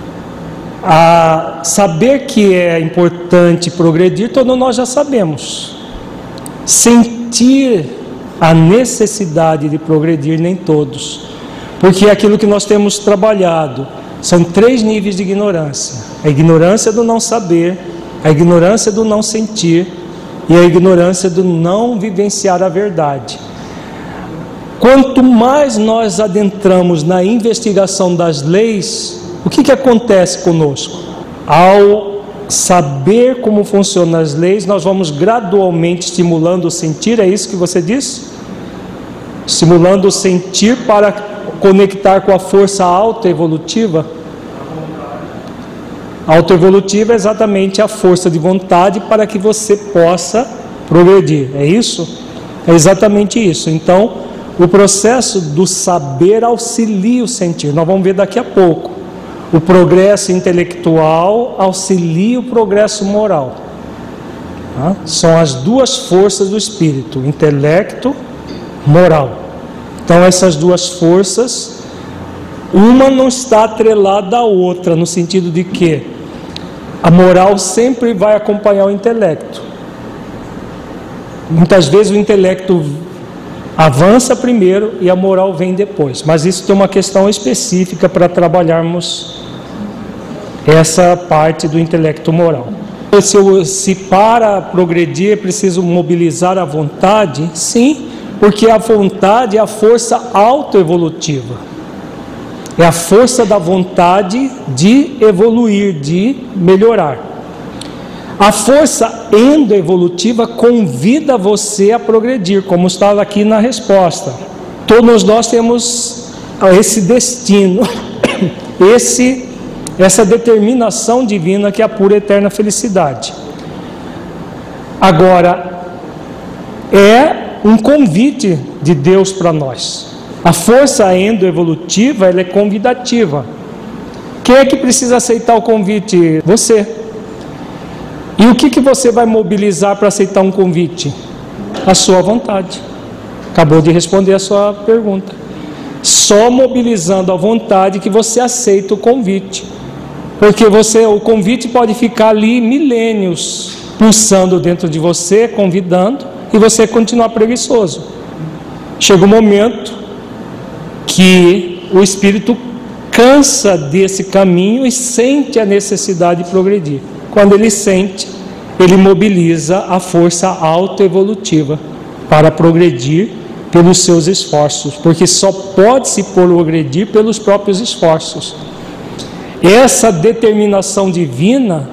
Saber que é importante progredir, todos nós já sabemos. Sentir a necessidade de progredir, nem todos, porque é aquilo que nós temos trabalhado. São 3 níveis de ignorância: a ignorância do não saber, a ignorância do não sentir e a ignorância do não vivenciar a verdade. Quanto mais nós adentramos na investigação das leis, o que acontece conosco? Ao saber como funcionam as leis, nós vamos gradualmente estimulando o sentir. É isso que você disse? Estimulando o sentir para conectar com a força autoevolutiva. Autoevolutiva é exatamente a força de vontade para que você possa progredir. É isso? É exatamente isso. Então, o processo do saber auxilia o sentir. Nós vamos ver daqui a pouco. O progresso intelectual auxilia o progresso moral. São as duas forças do espírito: intelecto, moral. Então essas duas forças, uma não está atrelada à outra, no sentido de que a moral sempre vai acompanhar o intelecto. Muitas vezes o intelecto avança primeiro e a moral vem depois, mas isso tem uma questão específica para trabalharmos essa parte do intelecto moral. Se para progredir é preciso mobilizar a vontade, sim, porque a vontade é a força autoevolutiva, é a força da vontade de evoluir, de melhorar. A força endoevolutiva convida você a progredir, como estava aqui na resposta. Todos nós temos esse destino, essa determinação divina, que é a pura e eterna felicidade. Agora, é um convite de Deus para nós. A força endoevolutiva, ela é convidativa. Quem é que precisa aceitar o convite? Você. E o que você vai mobilizar para aceitar um convite? A sua vontade. Acabou de responder a sua pergunta. Só mobilizando a vontade que você aceita o convite. Porque o convite pode ficar ali milênios, pulsando dentro de você, convidando, e você continuar preguiçoso. Chega um momento que o Espírito cansa desse caminho e sente a necessidade de progredir. Quando ele sente, ele mobiliza a força autoevolutiva para progredir pelos seus esforços, porque só pode se progredir pelos próprios esforços. Essa determinação divina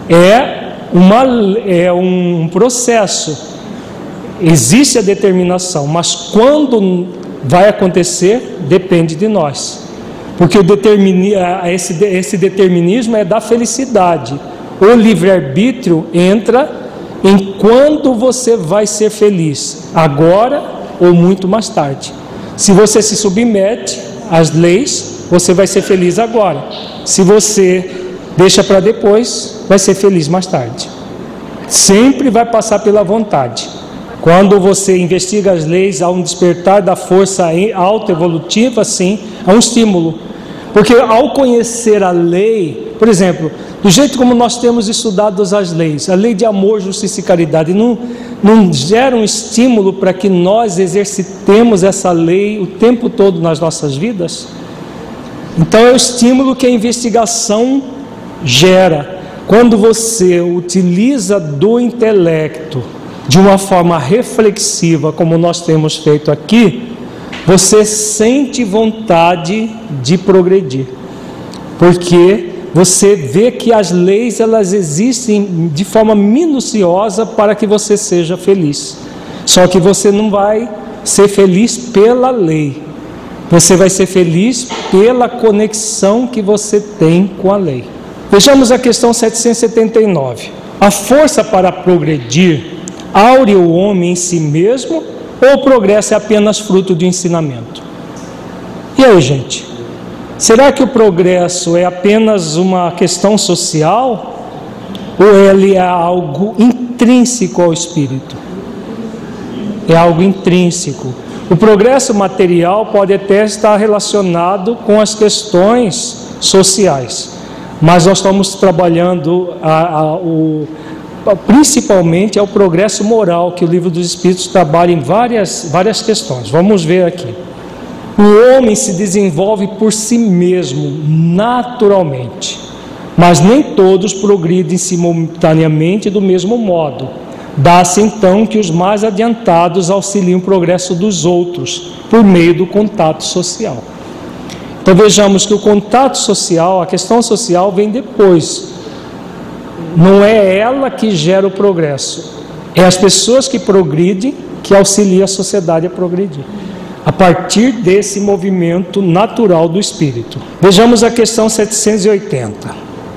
é um processo. Existe a determinação, mas quando vai acontecer, depende de nós. Porque esse determinismo é da felicidade. O livre-arbítrio entra em quando você vai ser feliz, agora ou muito mais tarde. Se você se submete às leis, você vai ser feliz agora. Se você deixa para depois, vai ser feliz mais tarde. Sempre vai passar pela vontade. Quando você investiga as leis, há um despertar da força autoevolutiva, sim, há um estímulo. Porque ao conhecer a lei, por exemplo, do jeito como nós temos estudado as leis, a lei de amor, justiça e caridade, não gera um estímulo para que nós exercitemos essa lei o tempo todo nas nossas vidas? Então é o estímulo que a investigação gera. Quando você utiliza do intelecto de uma forma reflexiva, como nós temos feito aqui, você sente vontade de progredir, porque você vê que as leis elas existem de forma minuciosa para que você seja feliz. Só que você não vai ser feliz pela lei, você vai ser feliz pela conexão que você tem com a lei. Vejamos a questão 779. A força para progredir aure o homem em si mesmo, ou o progresso é apenas fruto de ensinamento? E aí, gente? Será que o progresso é apenas uma questão social? Ou ele é algo intrínseco ao espírito? É algo intrínseco. O progresso material pode até estar relacionado com as questões sociais, mas nós estamos trabalhando principalmente é o progresso moral, que o Livro dos Espíritos trabalha em várias questões. Vamos ver aqui. O homem se desenvolve por si mesmo, naturalmente, mas nem todos progridem simultaneamente do mesmo modo. Dá-se então que os mais adiantados auxiliam o progresso dos outros, por meio do contato social. Então vejamos que o contato social, a questão social vem depois. Não é ela que gera o progresso, é as pessoas que progridem que auxiliam a sociedade a progredir, a partir desse movimento natural do espírito. Vejamos a questão 780.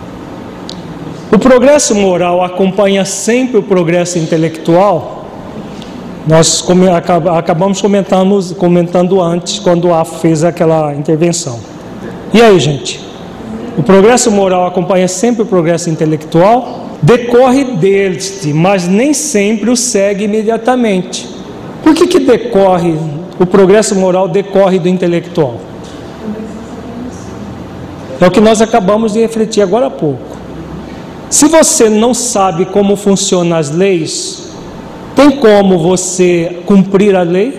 O progresso moral acompanha sempre o progresso intelectual? Nós acabamos comentando antes, quando o AFO fez aquela intervenção. E aí, gente? O progresso moral acompanha sempre o progresso intelectual? Decorre deste, mas nem sempre o segue imediatamente. Por que o progresso moral decorre do intelectual? É o que nós acabamos de refletir agora há pouco. Se você não sabe como funcionam as leis, tem como você cumprir a lei?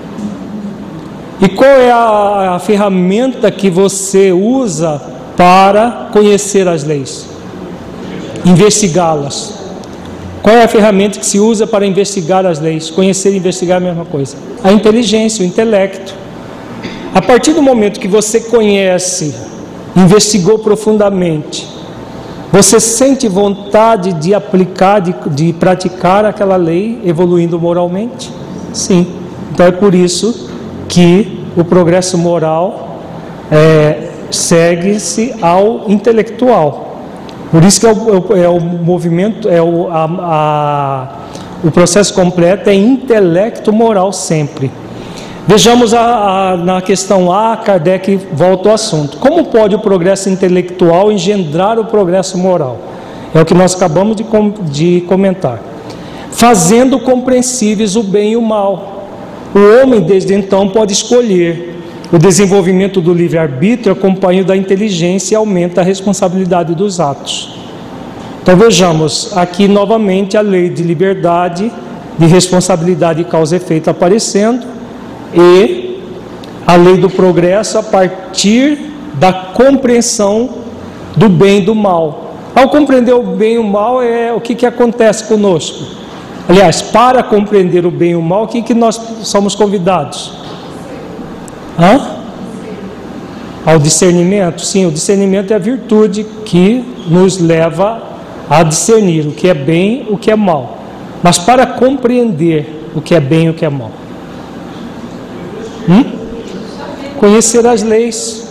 E qual é a ferramenta que você usa para conhecer as leis? Investigá-las. Qual é a ferramenta que se usa para investigar as leis? Conhecer e investigar é a mesma coisa. A inteligência, o intelecto. A partir do momento que você conhece, investigou profundamente, você sente vontade de aplicar, de praticar aquela lei, evoluindo moralmente? Sim. Então é por isso que o progresso moral segue-se ao intelectual. Por isso que é o movimento, o processo completo é intelecto moral sempre. Vejamos na questão A, Kardec volta ao assunto. Como pode o progresso intelectual engendrar o progresso moral? É o que nós acabamos de comentar. Fazendo compreensíveis o bem e o mal. O homem, desde então, pode escolher. O desenvolvimento do livre-arbítrio acompanha da inteligência e aumenta a responsabilidade dos atos. Então vejamos aqui novamente a lei de liberdade, de responsabilidade e causa e efeito aparecendo, e a lei do progresso a partir da compreensão do bem e do mal. Ao compreender o bem e o mal, o que acontece conosco? Aliás, para compreender o bem e o mal, o que nós somos convidados? Ao discernimento? Sim, o discernimento é a virtude que nos leva a discernir o que é bem e o que é mal. Mas para compreender o que é bem e o que é mal, conhecer as leis,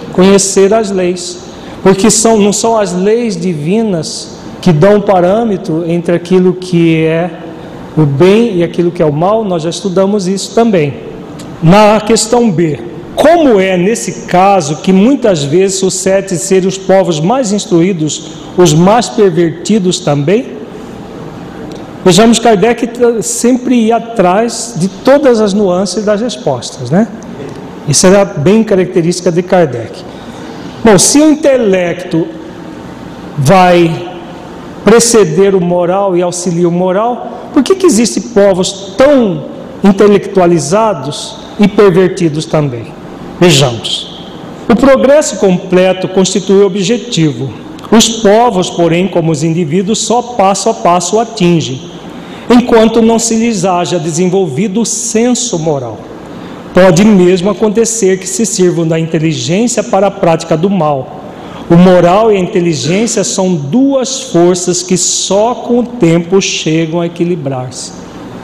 porque não são as leis divinas que dão parâmetro entre aquilo que é o bem e aquilo que é o mal. Nós já estudamos isso também. Na questão B, como é nesse caso que muitas vezes sucede ser os povos mais instruídos, os mais pervertidos também? Vejamos, Kardec sempre ia atrás de todas as nuances das respostas, né? Isso era bem característica de Kardec. Bom, se o intelecto vai preceder o moral e auxilia o moral, por que existem povos tão intelectualizados e pervertidos também? Vejamos. O progresso completo constitui o objetivo. Os povos, porém, como os indivíduos, só passo a passo o atingem, enquanto não se lhes haja desenvolvido o senso moral. Pode mesmo acontecer que se sirvam da inteligência para a prática do mal. O moral e a inteligência são duas forças que só com o tempo chegam a equilibrar-se.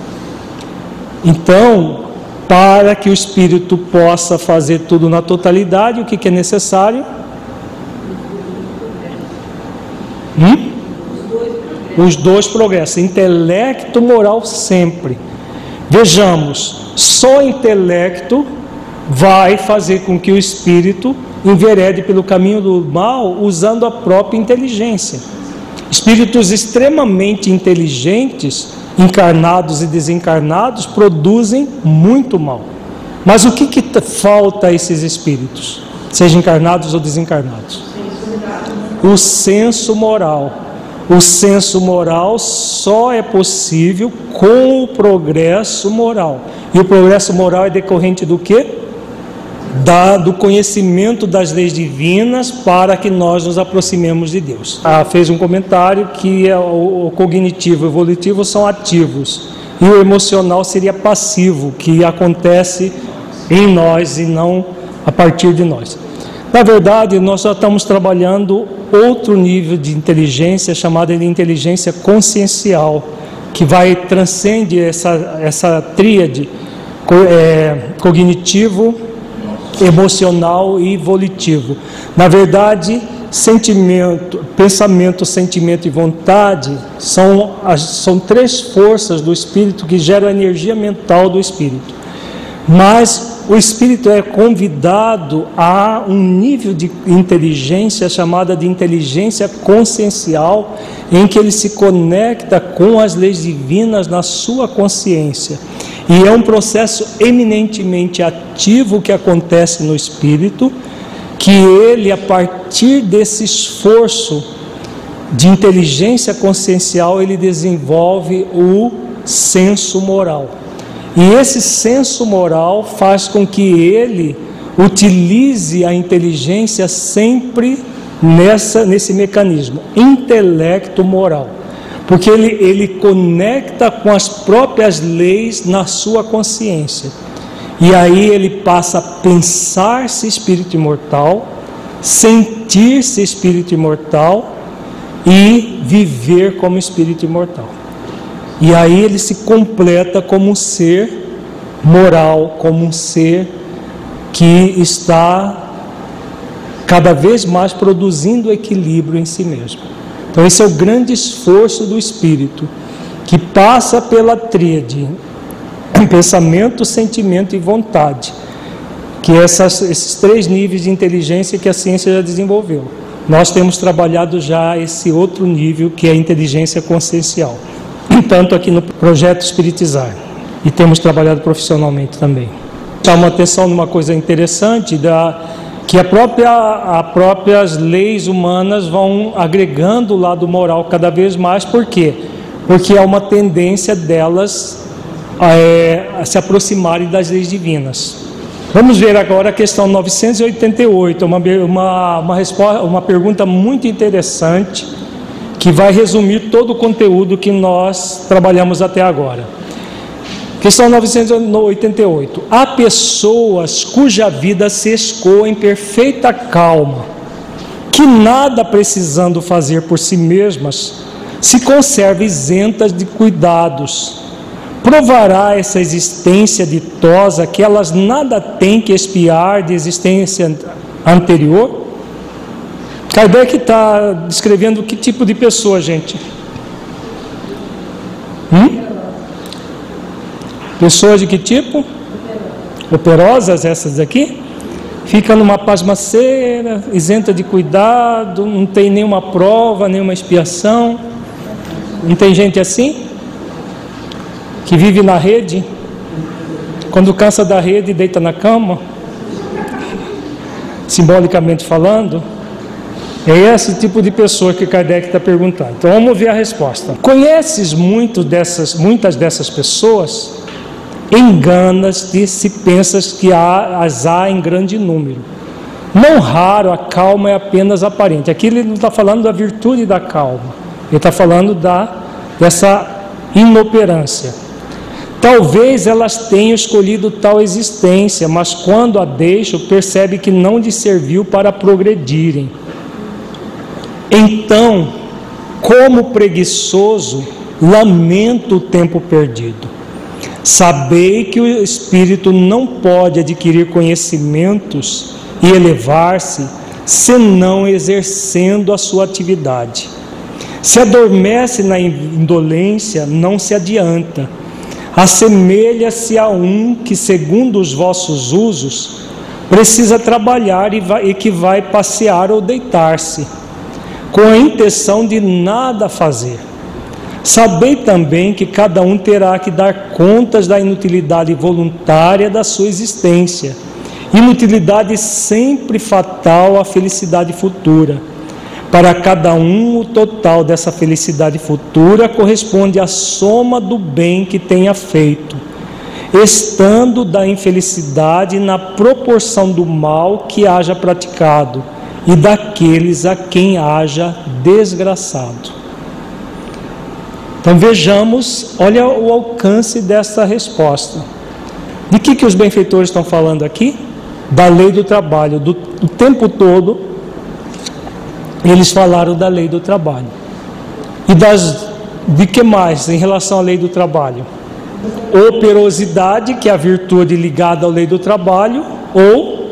Então, para que o espírito possa fazer tudo na totalidade, o que é necessário? Os dois progressos, intelecto, moral sempre. Vejamos, só intelecto vai fazer com que o espírito enverede pelo caminho do mal usando a própria inteligência. Espíritos extremamente inteligentes, encarnados e desencarnados, produzem muito mal. Mas o que falta a esses espíritos, sejam encarnados ou desencarnados? O senso moral. O senso moral só é possível com o progresso moral. E o progresso moral é decorrente do quê? Do conhecimento das leis divinas para que nós nos aproximemos de Deus. Fez um comentário que o cognitivo e o evolutivo são ativos e o emocional seria passivo, que acontece em nós e não a partir de nós. Na verdade, nós já estamos trabalhando outro nível de inteligência, chamada de inteligência consciencial, que transcende essa tríade cognitivo, emocional e volitivo. Na verdade, pensamento, sentimento e vontade são três forças do espírito que geram a energia mental do espírito. Mas o espírito é convidado a um nível de inteligência chamada de inteligência consciencial, em que ele se conecta com as leis divinas na sua consciência. E é um processo eminentemente ativo que acontece no espírito, que ele, a partir desse esforço de inteligência consciencial, ele desenvolve o senso moral. E esse senso moral faz com que ele utilize a inteligência sempre nesse mecanismo, intelecto moral. Porque ele conecta com as próprias leis na sua consciência. E aí ele passa a pensar-se espírito imortal, sentir-se espírito imortal e viver como espírito imortal. E aí ele se completa como um ser moral, como um ser que está cada vez mais produzindo equilíbrio em si mesmo. Então esse é o grande esforço do espírito, que passa pela tríade pensamento, sentimento e vontade, que esses 3 níveis de inteligência que a ciência já desenvolveu. Nós temos trabalhado já esse outro nível, que é a inteligência consciencial, tanto aqui no projeto Espiritizar, e temos trabalhado profissionalmente também. Chama atenção numa coisa interessante, que as próprias leis humanas vão agregando o lado moral cada vez mais. Por quê? Porque há uma tendência delas a se aproximarem das leis divinas. Vamos ver agora a questão 988, uma pergunta muito interessante, que vai resumir todo o conteúdo que nós trabalhamos até agora. Questão 988. Há pessoas cuja vida se escoa em perfeita calma, que nada precisando fazer por si mesmas, se conservam isentas de cuidados. Provará essa existência ditosa que elas nada têm que expiar de existência anterior? Kardec está descrevendo que tipo de pessoa, gente? Pessoas de que tipo? Operosas, essas aqui? Fica numa pasmaceira, isenta de cuidado, não tem nenhuma prova, nenhuma expiação. Não tem gente assim? Que vive na rede, quando cansa da rede, deita na cama, simbolicamente falando. É esse tipo de pessoa que Kardec está perguntando. Então vamos ver a resposta. Conheces muitas dessas pessoas? Enganas-te se pensas que as há em grande número. Não raro a calma é apenas aparente. Aqui ele não está falando da virtude da calma, ele está falando dessa inoperância. Talvez elas tenham escolhido tal existência, mas quando a deixam, percebe que não lhes serviu para progredirem. Então, como preguiçoso, lamento o tempo perdido. Sabei que o espírito não pode adquirir conhecimentos e elevar-se, senão exercendo a sua atividade. Se adormece na indolência, não se adianta. Assemelha-se a um que, segundo os vossos usos, precisa trabalhar e que vai passear ou deitar-se, com a intenção de nada fazer. Sabei também que cada um terá que dar contas da inutilidade voluntária da sua existência, inutilidade sempre fatal à felicidade futura. Para cada um, o total dessa felicidade futura corresponde à soma do bem que tenha feito, estando da infelicidade na proporção do mal que haja praticado e daqueles a quem haja desgraçado. Então vejamos, olha o alcance dessa resposta. De que os benfeitores estão falando aqui? Da lei do trabalho. O tempo todo eles falaram da lei do trabalho. E de que mais em relação à lei do trabalho? Operosidade, que é a virtude ligada à lei do trabalho, ou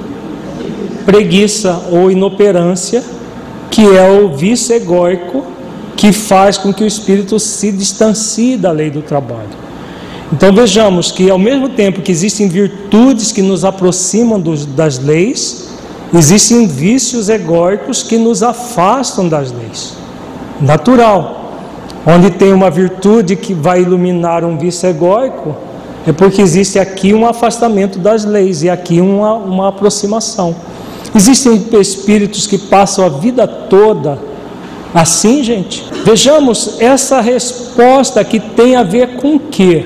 preguiça ou inoperância, que é o vício egóico, que faz com que o espírito se distancie da lei do trabalho. Então vejamos que ao mesmo tempo que existem virtudes que nos aproximam das leis, existem vícios egóicos que nos afastam das leis. Natural. Onde tem uma virtude que vai iluminar um vício egóico, é porque existe aqui um afastamento das leis e aqui uma aproximação. Existem espíritos que passam a vida toda assim, gente. Vejamos, essa resposta aqui tem a ver com o quê?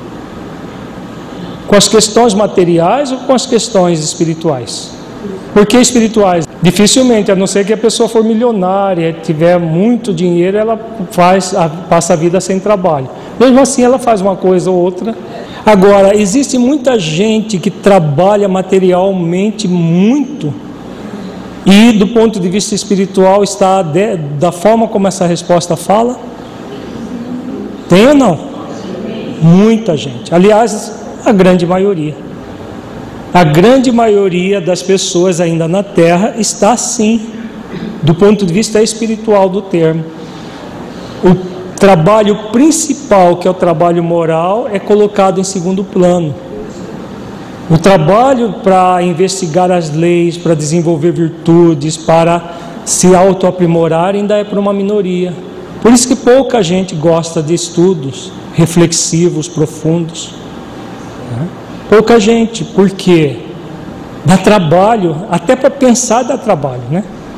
Com as questões materiais ou com as questões espirituais? Por que espirituais? Dificilmente, a não ser que a pessoa for milionária, tiver muito dinheiro, ela passa a vida sem trabalho. Mesmo assim, ela faz uma coisa ou outra. Agora, existe muita gente que trabalha materialmente muito e, do ponto de vista espiritual, está da forma como essa resposta fala? Tem ou não? Muita gente. Aliás, a grande maioria. A grande maioria das pessoas ainda na Terra está assim, do ponto de vista espiritual do termo. trabalho principal, que é o trabalho moral, é colocado em segundo plano. O trabalho para investigar as leis, para desenvolver virtudes, para se autoaprimorar, ainda é para uma minoria. Por isso que pouca gente gosta de estudos reflexivos, profundos. Pouca gente, porque dá trabalho, até para pensar dá trabalho, né?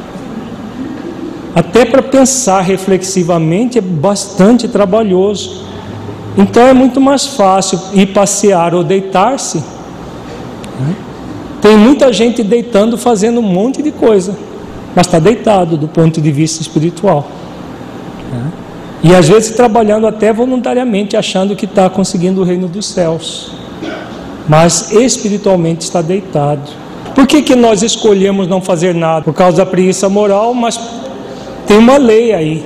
Até para pensar reflexivamente é bastante trabalhoso. Então é muito mais fácil ir passear ou deitar-se. Tem muita gente deitando, fazendo um monte de coisa, mas está deitado do ponto de vista espiritual. E às vezes trabalhando até voluntariamente, achando que está conseguindo o reino dos céus, mas espiritualmente está deitado. Por que nós escolhemos não fazer nada? Por causa da preguiça moral, mas tem uma lei aí,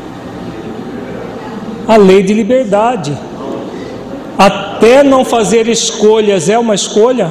a lei de liberdade. Até não fazer escolhas é uma escolha?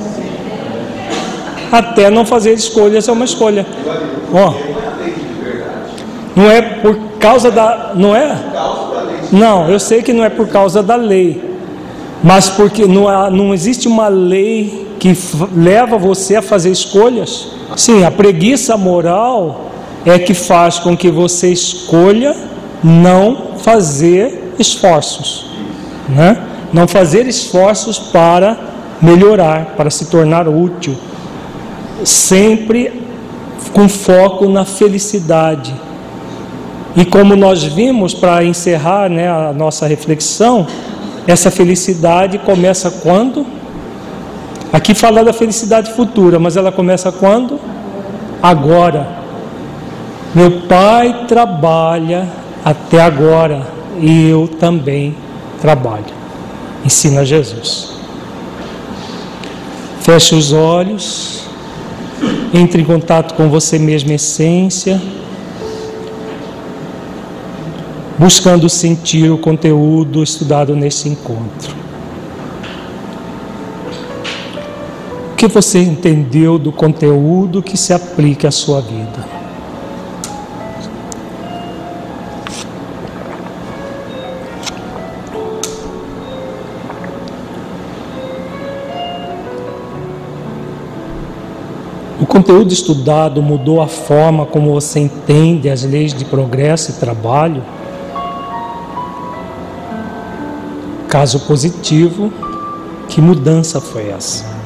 Até não fazer escolhas é uma escolha. Ó, não é por causa da... Não é? Não, eu sei que não é por causa da lei, mas porque não existe uma lei que leva você a fazer escolhas. Sim, a preguiça moral é que faz com que você escolha não fazer esforços, né? Não fazer esforços para melhorar, para se tornar útil, sempre com foco na felicidade. E como nós vimos, para encerrar, né, a nossa reflexão, essa felicidade começa quando? Aqui fala da felicidade futura, mas ela começa quando? Agora. Meu pai trabalha até agora e eu também trabalho. Ensina Jesus. Feche os olhos, entre em contato com você mesmo, essência, buscando sentir o conteúdo estudado nesse encontro. O que você entendeu do conteúdo que se aplique à sua vida? O conteúdo estudado mudou a forma como você entende as leis de progresso e trabalho? Caso positivo, que mudança foi essa?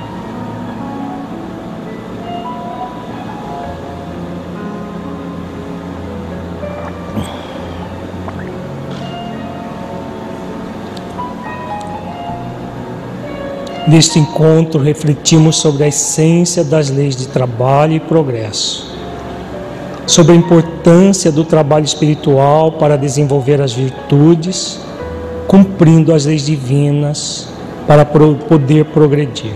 Neste encontro, refletimos sobre a essência das leis de trabalho e progresso, sobre a importância do trabalho espiritual para desenvolver as virtudes, cumprindo as leis divinas para poder progredir.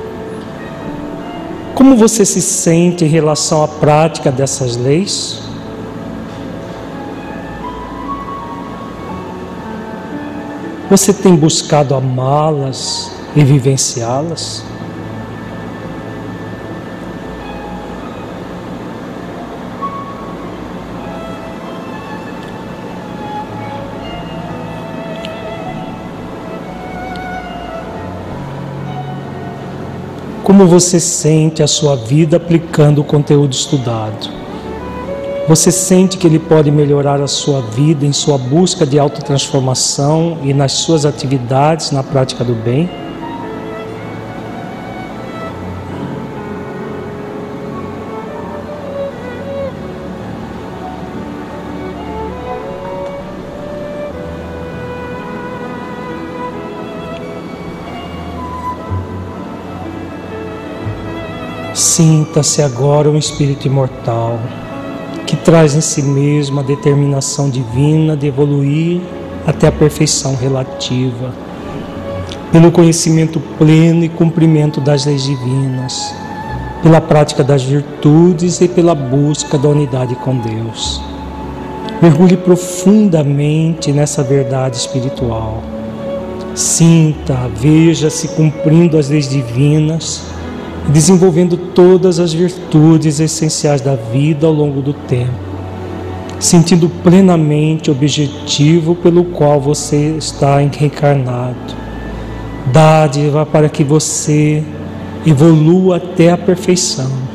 Como você se sente em relação à prática dessas leis? Você tem buscado amá-las e vivenciá-las? Como você sente a sua vida aplicando o conteúdo estudado? Você sente que ele pode melhorar a sua vida em sua busca de autotransformação e nas suas atividades na prática do bem? Sinta-se agora um espírito imortal, que traz em si mesmo a determinação divina de evoluir até a perfeição relativa, pelo conhecimento pleno e cumprimento das leis divinas, pela prática das virtudes e pela busca da unidade com Deus. Mergulhe profundamente nessa verdade espiritual. Sinta, veja-se cumprindo as leis divinas, desenvolvendo todas as virtudes essenciais da vida ao longo do tempo, sentindo plenamente o objetivo pelo qual você está reencarnado. Dádiva para que você evolua até a perfeição.